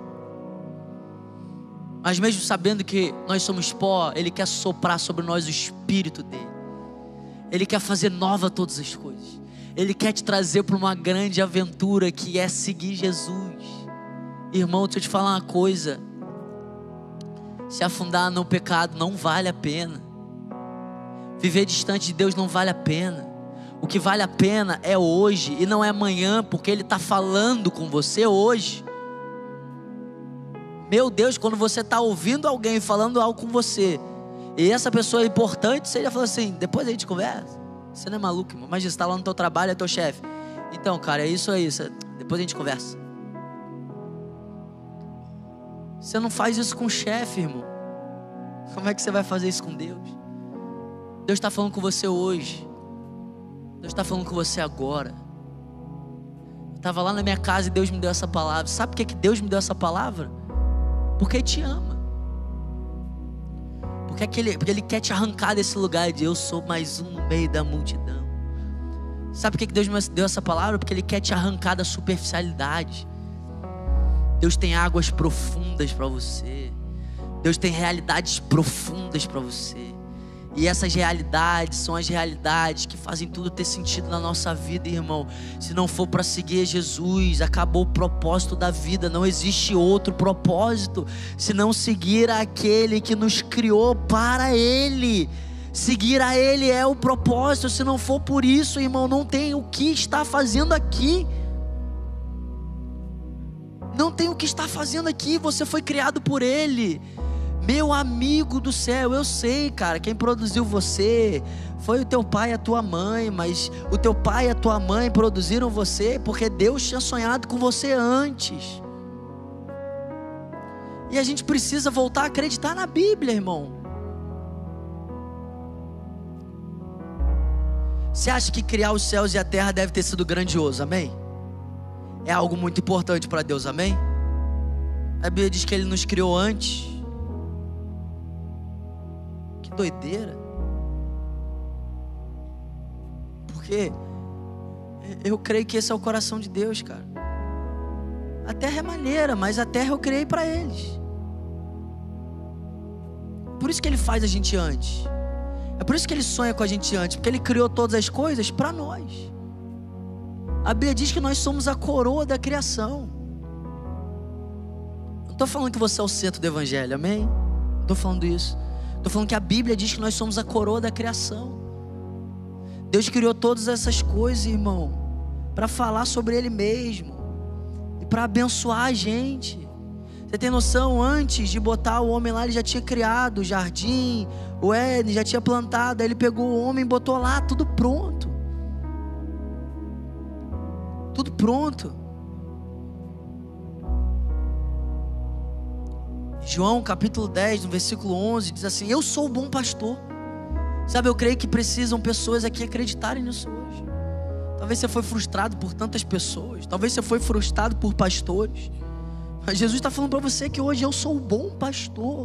A: Mas mesmo sabendo que nós somos pó, Ele quer soprar sobre nós o Espírito dEle. Ele quer fazer nova todas as coisas. Ele quer te trazer para uma grande aventura que é seguir Jesus. Irmão, deixa eu te falar uma coisa. Se afundar no pecado não vale a pena. Viver distante de Deus não vale a pena. O que vale a pena é hoje e não é amanhã, porque Ele está falando com você hoje. Meu Deus, quando você está ouvindo alguém falando algo com você, e essa pessoa é importante, você já fala assim, depois a gente conversa. Você não é maluco, irmão? Imagina, você está lá no teu trabalho, é teu chefe. Então, cara, é isso aí, você... depois a gente conversa. Você não faz isso com o chefe, irmão. Como é que você vai fazer isso com Deus? Deus está falando com você hoje. Deus está falando com você agora. Eu estava lá na minha casa e Deus me deu essa palavra. Sabe por que que Deus me deu essa palavra? Porque Ele te ama. Porque, é ele, porque Ele quer te arrancar desse lugar de eu sou mais um no meio da multidão. Sabe por que que Deus me deu essa palavra? Porque Ele quer te arrancar da superficialidade. Deus tem águas profundas para você. Deus tem realidades profundas para você. E essas realidades são as realidades que fazem tudo ter sentido na nossa vida, irmão. Se não for para seguir Jesus, acabou o propósito da vida. Não existe outro propósito senão seguir aquele que nos criou para Ele. Seguir a Ele é o propósito. Se não for por isso, irmão, não tem o que está fazendo aqui. Não tem o que está fazendo aqui. Você foi criado por Ele. Meu amigo do céu, eu sei, cara, quem produziu você foi o teu pai e a tua mãe, mas o teu pai e a tua mãe produziram você porque Deus tinha sonhado com você antes. E a gente precisa voltar a acreditar na Bíblia, irmão. Você acha que criar os céus e a terra deve ter sido grandioso, amém? É algo muito importante para Deus, amém? A Bíblia diz que Ele nos criou antes. Doideira. Porque eu creio que esse é o coração de Deus, cara. A terra é maneira, mas a terra eu criei para eles. Por isso que Ele faz a gente antes. É por isso que Ele sonha com a gente antes, porque Ele criou todas as coisas para nós. A Bíblia diz que nós somos a coroa da criação. Não estou falando que você é o centro do evangelho, amém? Não estou falando isso. Estou falando que a Bíblia diz que nós somos a coroa da criação. Deus criou todas essas coisas, irmão, para falar sobre Ele mesmo e para abençoar a gente. Você tem noção? Antes de botar o homem lá, Ele já tinha criado o jardim, o Éden, já tinha plantado. Aí Ele pegou o homem e botou lá, tudo pronto. Tudo pronto. João capítulo dez, no versículo onze, diz assim: eu sou o bom pastor. Sabe, eu creio que precisam pessoas aqui acreditarem nisso hoje. Talvez você foi frustrado por tantas pessoas. Talvez você foi frustrado por pastores. Mas Jesus está falando para você que hoje eu sou o bom pastor.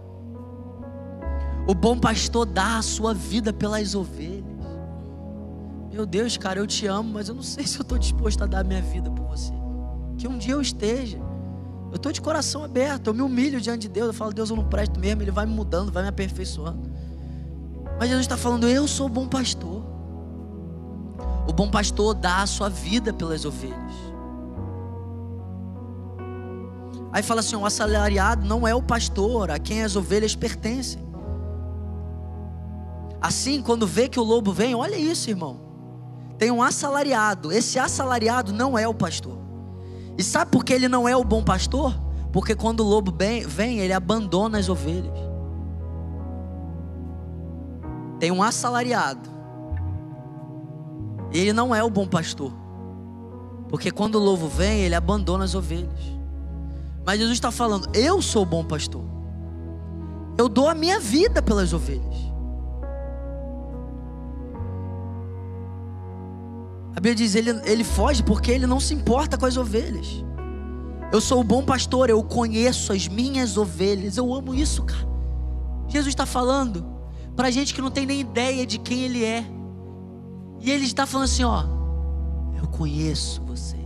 A: O bom pastor dá a sua vida pelas ovelhas. Meu Deus, cara, eu te amo, mas eu não sei se eu estou disposto a dar a minha vida por você. Que um dia eu esteja. Eu estou de coração aberto, eu me humilho diante de Deus. Eu falo, Deus, eu não presto mesmo. Ele vai me mudando, vai me aperfeiçoando. Mas Jesus está falando, eu sou o bom pastor. O bom pastor dá a sua vida pelas ovelhas. Aí fala assim, o assalariado não é o pastor a quem as ovelhas pertencem. Assim, quando vê que o lobo vem, olha isso, irmão. Tem um assalariado. Esse assalariado não é o pastor. E sabe por que ele não é o bom pastor? Porque quando o lobo vem, ele abandona as ovelhas. Tem um assalariado. Ele não é o bom pastor. Porque quando o lobo vem, ele abandona as ovelhas. Mas Jesus está falando, eu sou o bom pastor. Eu dou a minha vida pelas ovelhas. A Bíblia diz, ele, ele foge porque ele não se importa com as ovelhas. Eu sou o bom pastor, eu conheço as minhas ovelhas. Eu amo isso, cara. Jesus está falando para gente que não tem nem ideia de quem Ele é. E Ele está falando assim, ó, eu conheço vocês.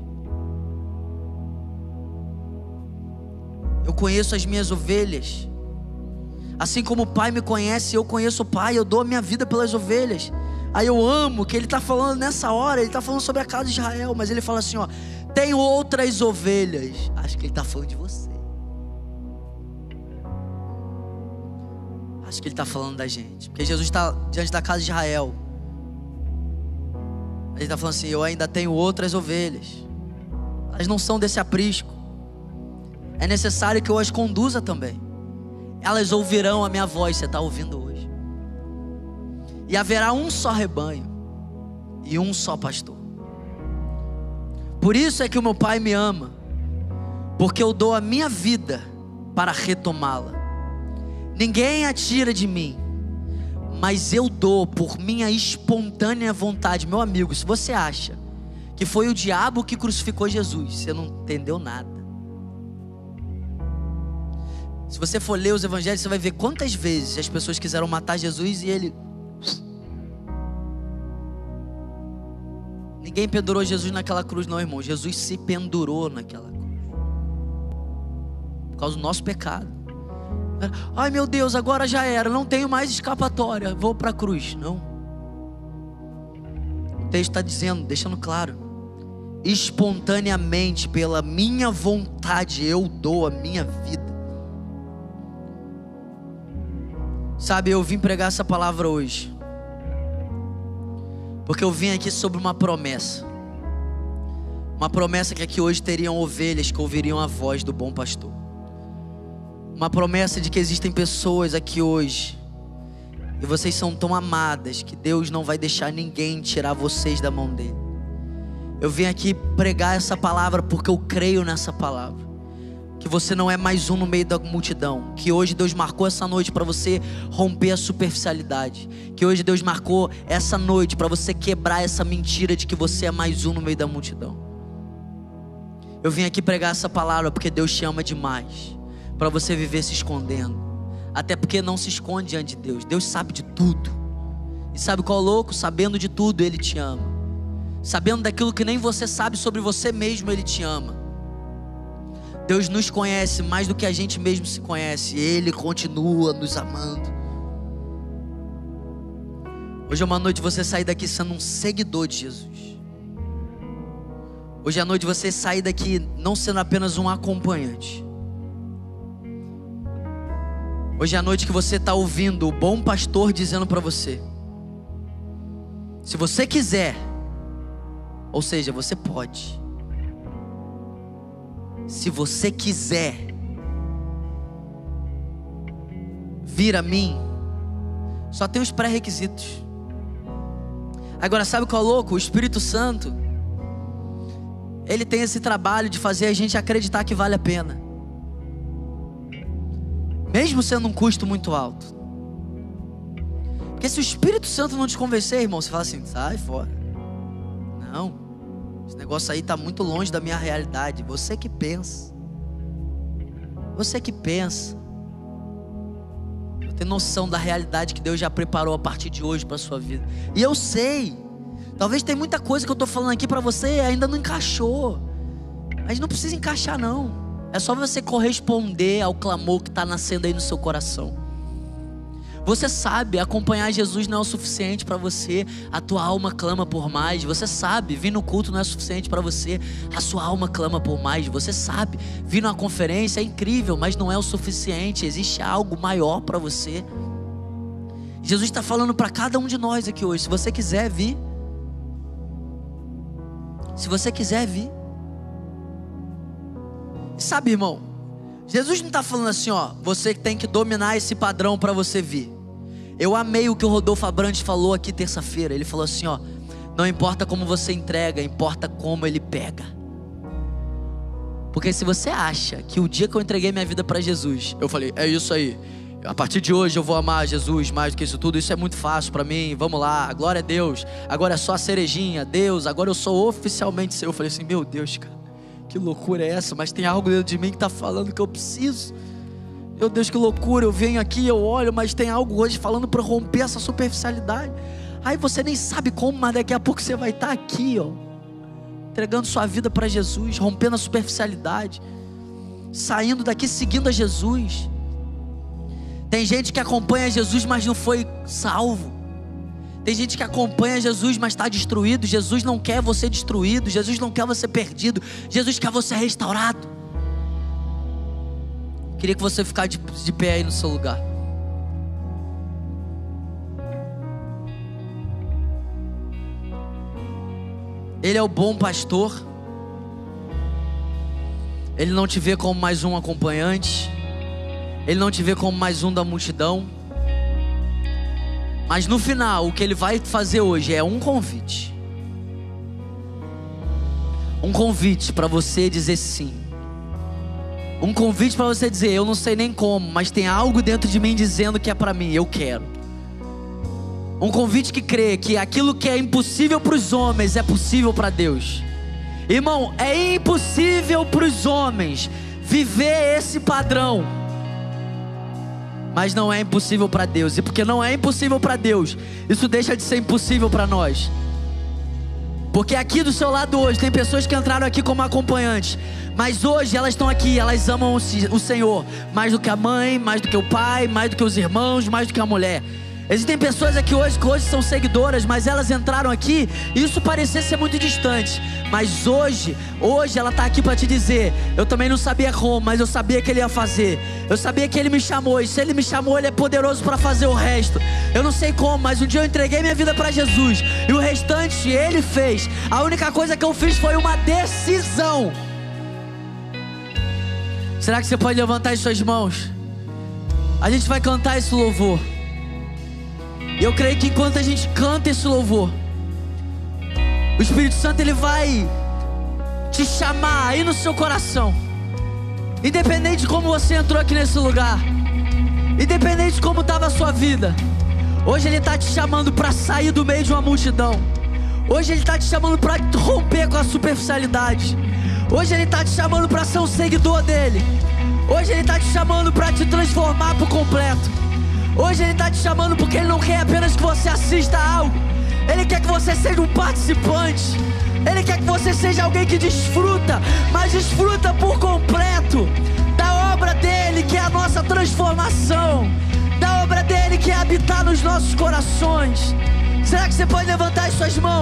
A: Eu conheço as minhas ovelhas. Assim como o Pai me conhece, eu conheço o Pai, eu dou a minha vida pelas ovelhas. Aí eu amo que Ele está falando nessa hora, Ele está falando sobre a casa de Israel, mas Ele fala assim, ó, tem outras ovelhas. Acho que Ele está falando de você. Acho que Ele está falando da gente, porque Jesus está diante da casa de Israel. Ele está falando assim, eu ainda tenho outras ovelhas. Elas não são desse aprisco. é necessário que eu as conduza também. Elas ouvirão a minha voz, você está ouvindo hoje. E haverá um só rebanho e um só pastor. Por isso é que o meu Pai me ama, porque eu dou a minha vida para retomá-la. Ninguém a tira de mim, mas eu dou por minha espontânea vontade. Meu amigo, se você acha que foi o diabo que crucificou Jesus, você não entendeu nada. Se você for ler os evangelhos, você vai ver quantas vezes as pessoas quiseram matar Jesus e ele... Ninguém pendurou Jesus naquela cruz não, irmão. Jesus se pendurou naquela cruz por causa do nosso pecado. Ai meu Deus, agora já era, não tenho mais escapatória, vou para a cruz. Não. O texto está dizendo, deixando claro, espontaneamente, pela minha vontade, eu dou a minha vida. Sabe, eu vim pregar essa palavra hoje porque eu vim aqui sobre uma promessa. Uma promessa que aqui hoje teriam ovelhas que ouviriam a voz do bom pastor. Uma promessa de que existem pessoas aqui hoje, e vocês são tão amadas, que Deus não vai deixar ninguém tirar vocês da mão dele. Eu vim aqui pregar essa palavra porque eu creio nessa palavra. Que você não é mais um no meio da multidão. Que hoje Deus marcou essa noite para você romper a superficialidade. Que hoje Deus marcou essa noite para você quebrar essa mentira de que você é mais um no meio da multidão. Eu vim aqui pregar essa palavra porque Deus te ama demais para você viver se escondendo. Até porque não se esconde diante de Deus. Deus sabe de tudo. E sabe qual é o louco? Sabendo de tudo, Ele te ama. Sabendo daquilo que nem você sabe sobre você mesmo, Ele te ama. Deus nos conhece mais do que a gente mesmo se conhece. Ele continua nos amando. Hoje é uma noite você sair daqui sendo um seguidor de Jesus. Hoje é a noite você sair daqui não sendo apenas um acompanhante. Hoje é a noite que você está ouvindo o bom pastor dizendo para você: se você quiser, ou seja, você pode. Se você quiser vir a mim, só tem os pré-requisitos. Agora, sabe qual é o louco? O Espírito Santo, ele tem esse trabalho de fazer a gente acreditar que vale a pena, mesmo sendo um custo muito alto. Porque se o Espírito Santo não te convencer, irmão, você fala assim: sai fora. Não, esse negócio aí está muito longe da minha realidade. Você que pensa. Você que pensa. Eu tenho noção da realidade que Deus já preparou a partir de hoje para a sua vida. E eu sei. Talvez tem muita coisa que eu estou falando aqui para você e ainda não encaixou. Mas não precisa encaixar não. É só você corresponder ao clamor que está nascendo aí no seu coração. Você sabe, acompanhar Jesus não é o suficiente para você. A tua alma clama por mais. Você sabe, vir no culto não é suficiente para você. A sua alma clama por mais. Você sabe, vir numa conferência é incrível, mas não é o suficiente. Existe algo maior para você. Jesus está falando para cada um de nós aqui hoje: se você quiser vir, se você quiser vir. Sabe, irmão, Jesus não está falando assim, ó, você tem que dominar esse padrão para você vir. Eu amei o que o Rodolfo Abrantes falou aqui terça-feira. Ele falou assim, ó: não importa como você entrega, importa como ele pega. Porque se você acha que o dia que eu entreguei minha vida para Jesus, eu falei, é isso aí, a partir de hoje eu vou amar Jesus mais do que isso tudo, isso é muito fácil para mim, vamos lá, glória a Deus, agora é só a cerejinha, Deus, agora eu sou oficialmente seu. Eu falei assim, meu Deus, cara, que loucura é essa? Mas tem algo dentro de mim que está falando que eu preciso. Meu Deus, que loucura, eu venho aqui, eu olho, mas tem algo hoje falando para romper essa superficialidade. Aí você nem sabe como, mas daqui a pouco você vai estar aqui, ó, entregando sua vida para Jesus, rompendo a superficialidade, saindo daqui seguindo a Jesus. Tem gente que acompanha Jesus, mas não foi salvo. Tem gente que acompanha Jesus, mas está destruído. Jesus não quer você destruído. Jesus não quer você perdido. Jesus quer você restaurado. Queria que você ficasse de, de pé aí no seu lugar. Ele é o bom pastor. Ele não te vê como mais um acompanhante. Ele não te vê como mais um da multidão. Mas no final, o que Ele vai fazer hoje é um convite. Um convite para você dizer sim. Um convite para você dizer: eu não sei nem como, mas tem algo dentro de mim dizendo que é para mim, eu quero. Um convite que crê que aquilo que é impossível para os homens é possível para Deus. Irmão, é impossível para os homens viver esse padrão, mas não é impossível para Deus. E porque não é impossível para Deus, isso deixa de ser impossível para nós. Porque aqui do seu lado hoje tem pessoas que entraram aqui como acompanhantes, mas hoje elas estão aqui, elas amam o Senhor mais do que a mãe, mais do que o pai, mais do que os irmãos, mais do que a mulher. Existem pessoas aqui hoje que hoje são seguidoras, mas elas entraram aqui e isso parecia ser muito distante. Mas hoje, hoje ela está aqui para te dizer: eu também não sabia como, mas eu sabia que Ele ia fazer. Eu sabia que Ele me chamou, e se Ele me chamou, Ele é poderoso para fazer o resto. Eu não sei como, mas um dia eu entreguei minha vida para Jesus, e o restante Ele fez. A única coisa que eu fiz foi uma decisão. Será que você pode levantar as suas mãos? A gente vai cantar esse louvor. E eu creio que enquanto a gente canta esse louvor, o Espírito Santo ele vai te chamar aí no seu coração. Independente de como você entrou aqui nesse lugar, independente de como estava a sua vida, hoje Ele está te chamando para sair do meio de uma multidão. Hoje Ele está te chamando para romper com a superficialidade. Hoje Ele está te chamando para ser um seguidor dEle. Hoje Ele está te chamando para te transformar por completo. Hoje Ele está te chamando porque Ele não quer apenas que você assista a algo. Ele quer que você seja um participante. Ele quer que você seja alguém que desfruta, mas desfruta por completo da obra dEle, que é a nossa transformação, da obra dEle, que é habitar nos nossos corações. Será que você pode levantar as suas mãos?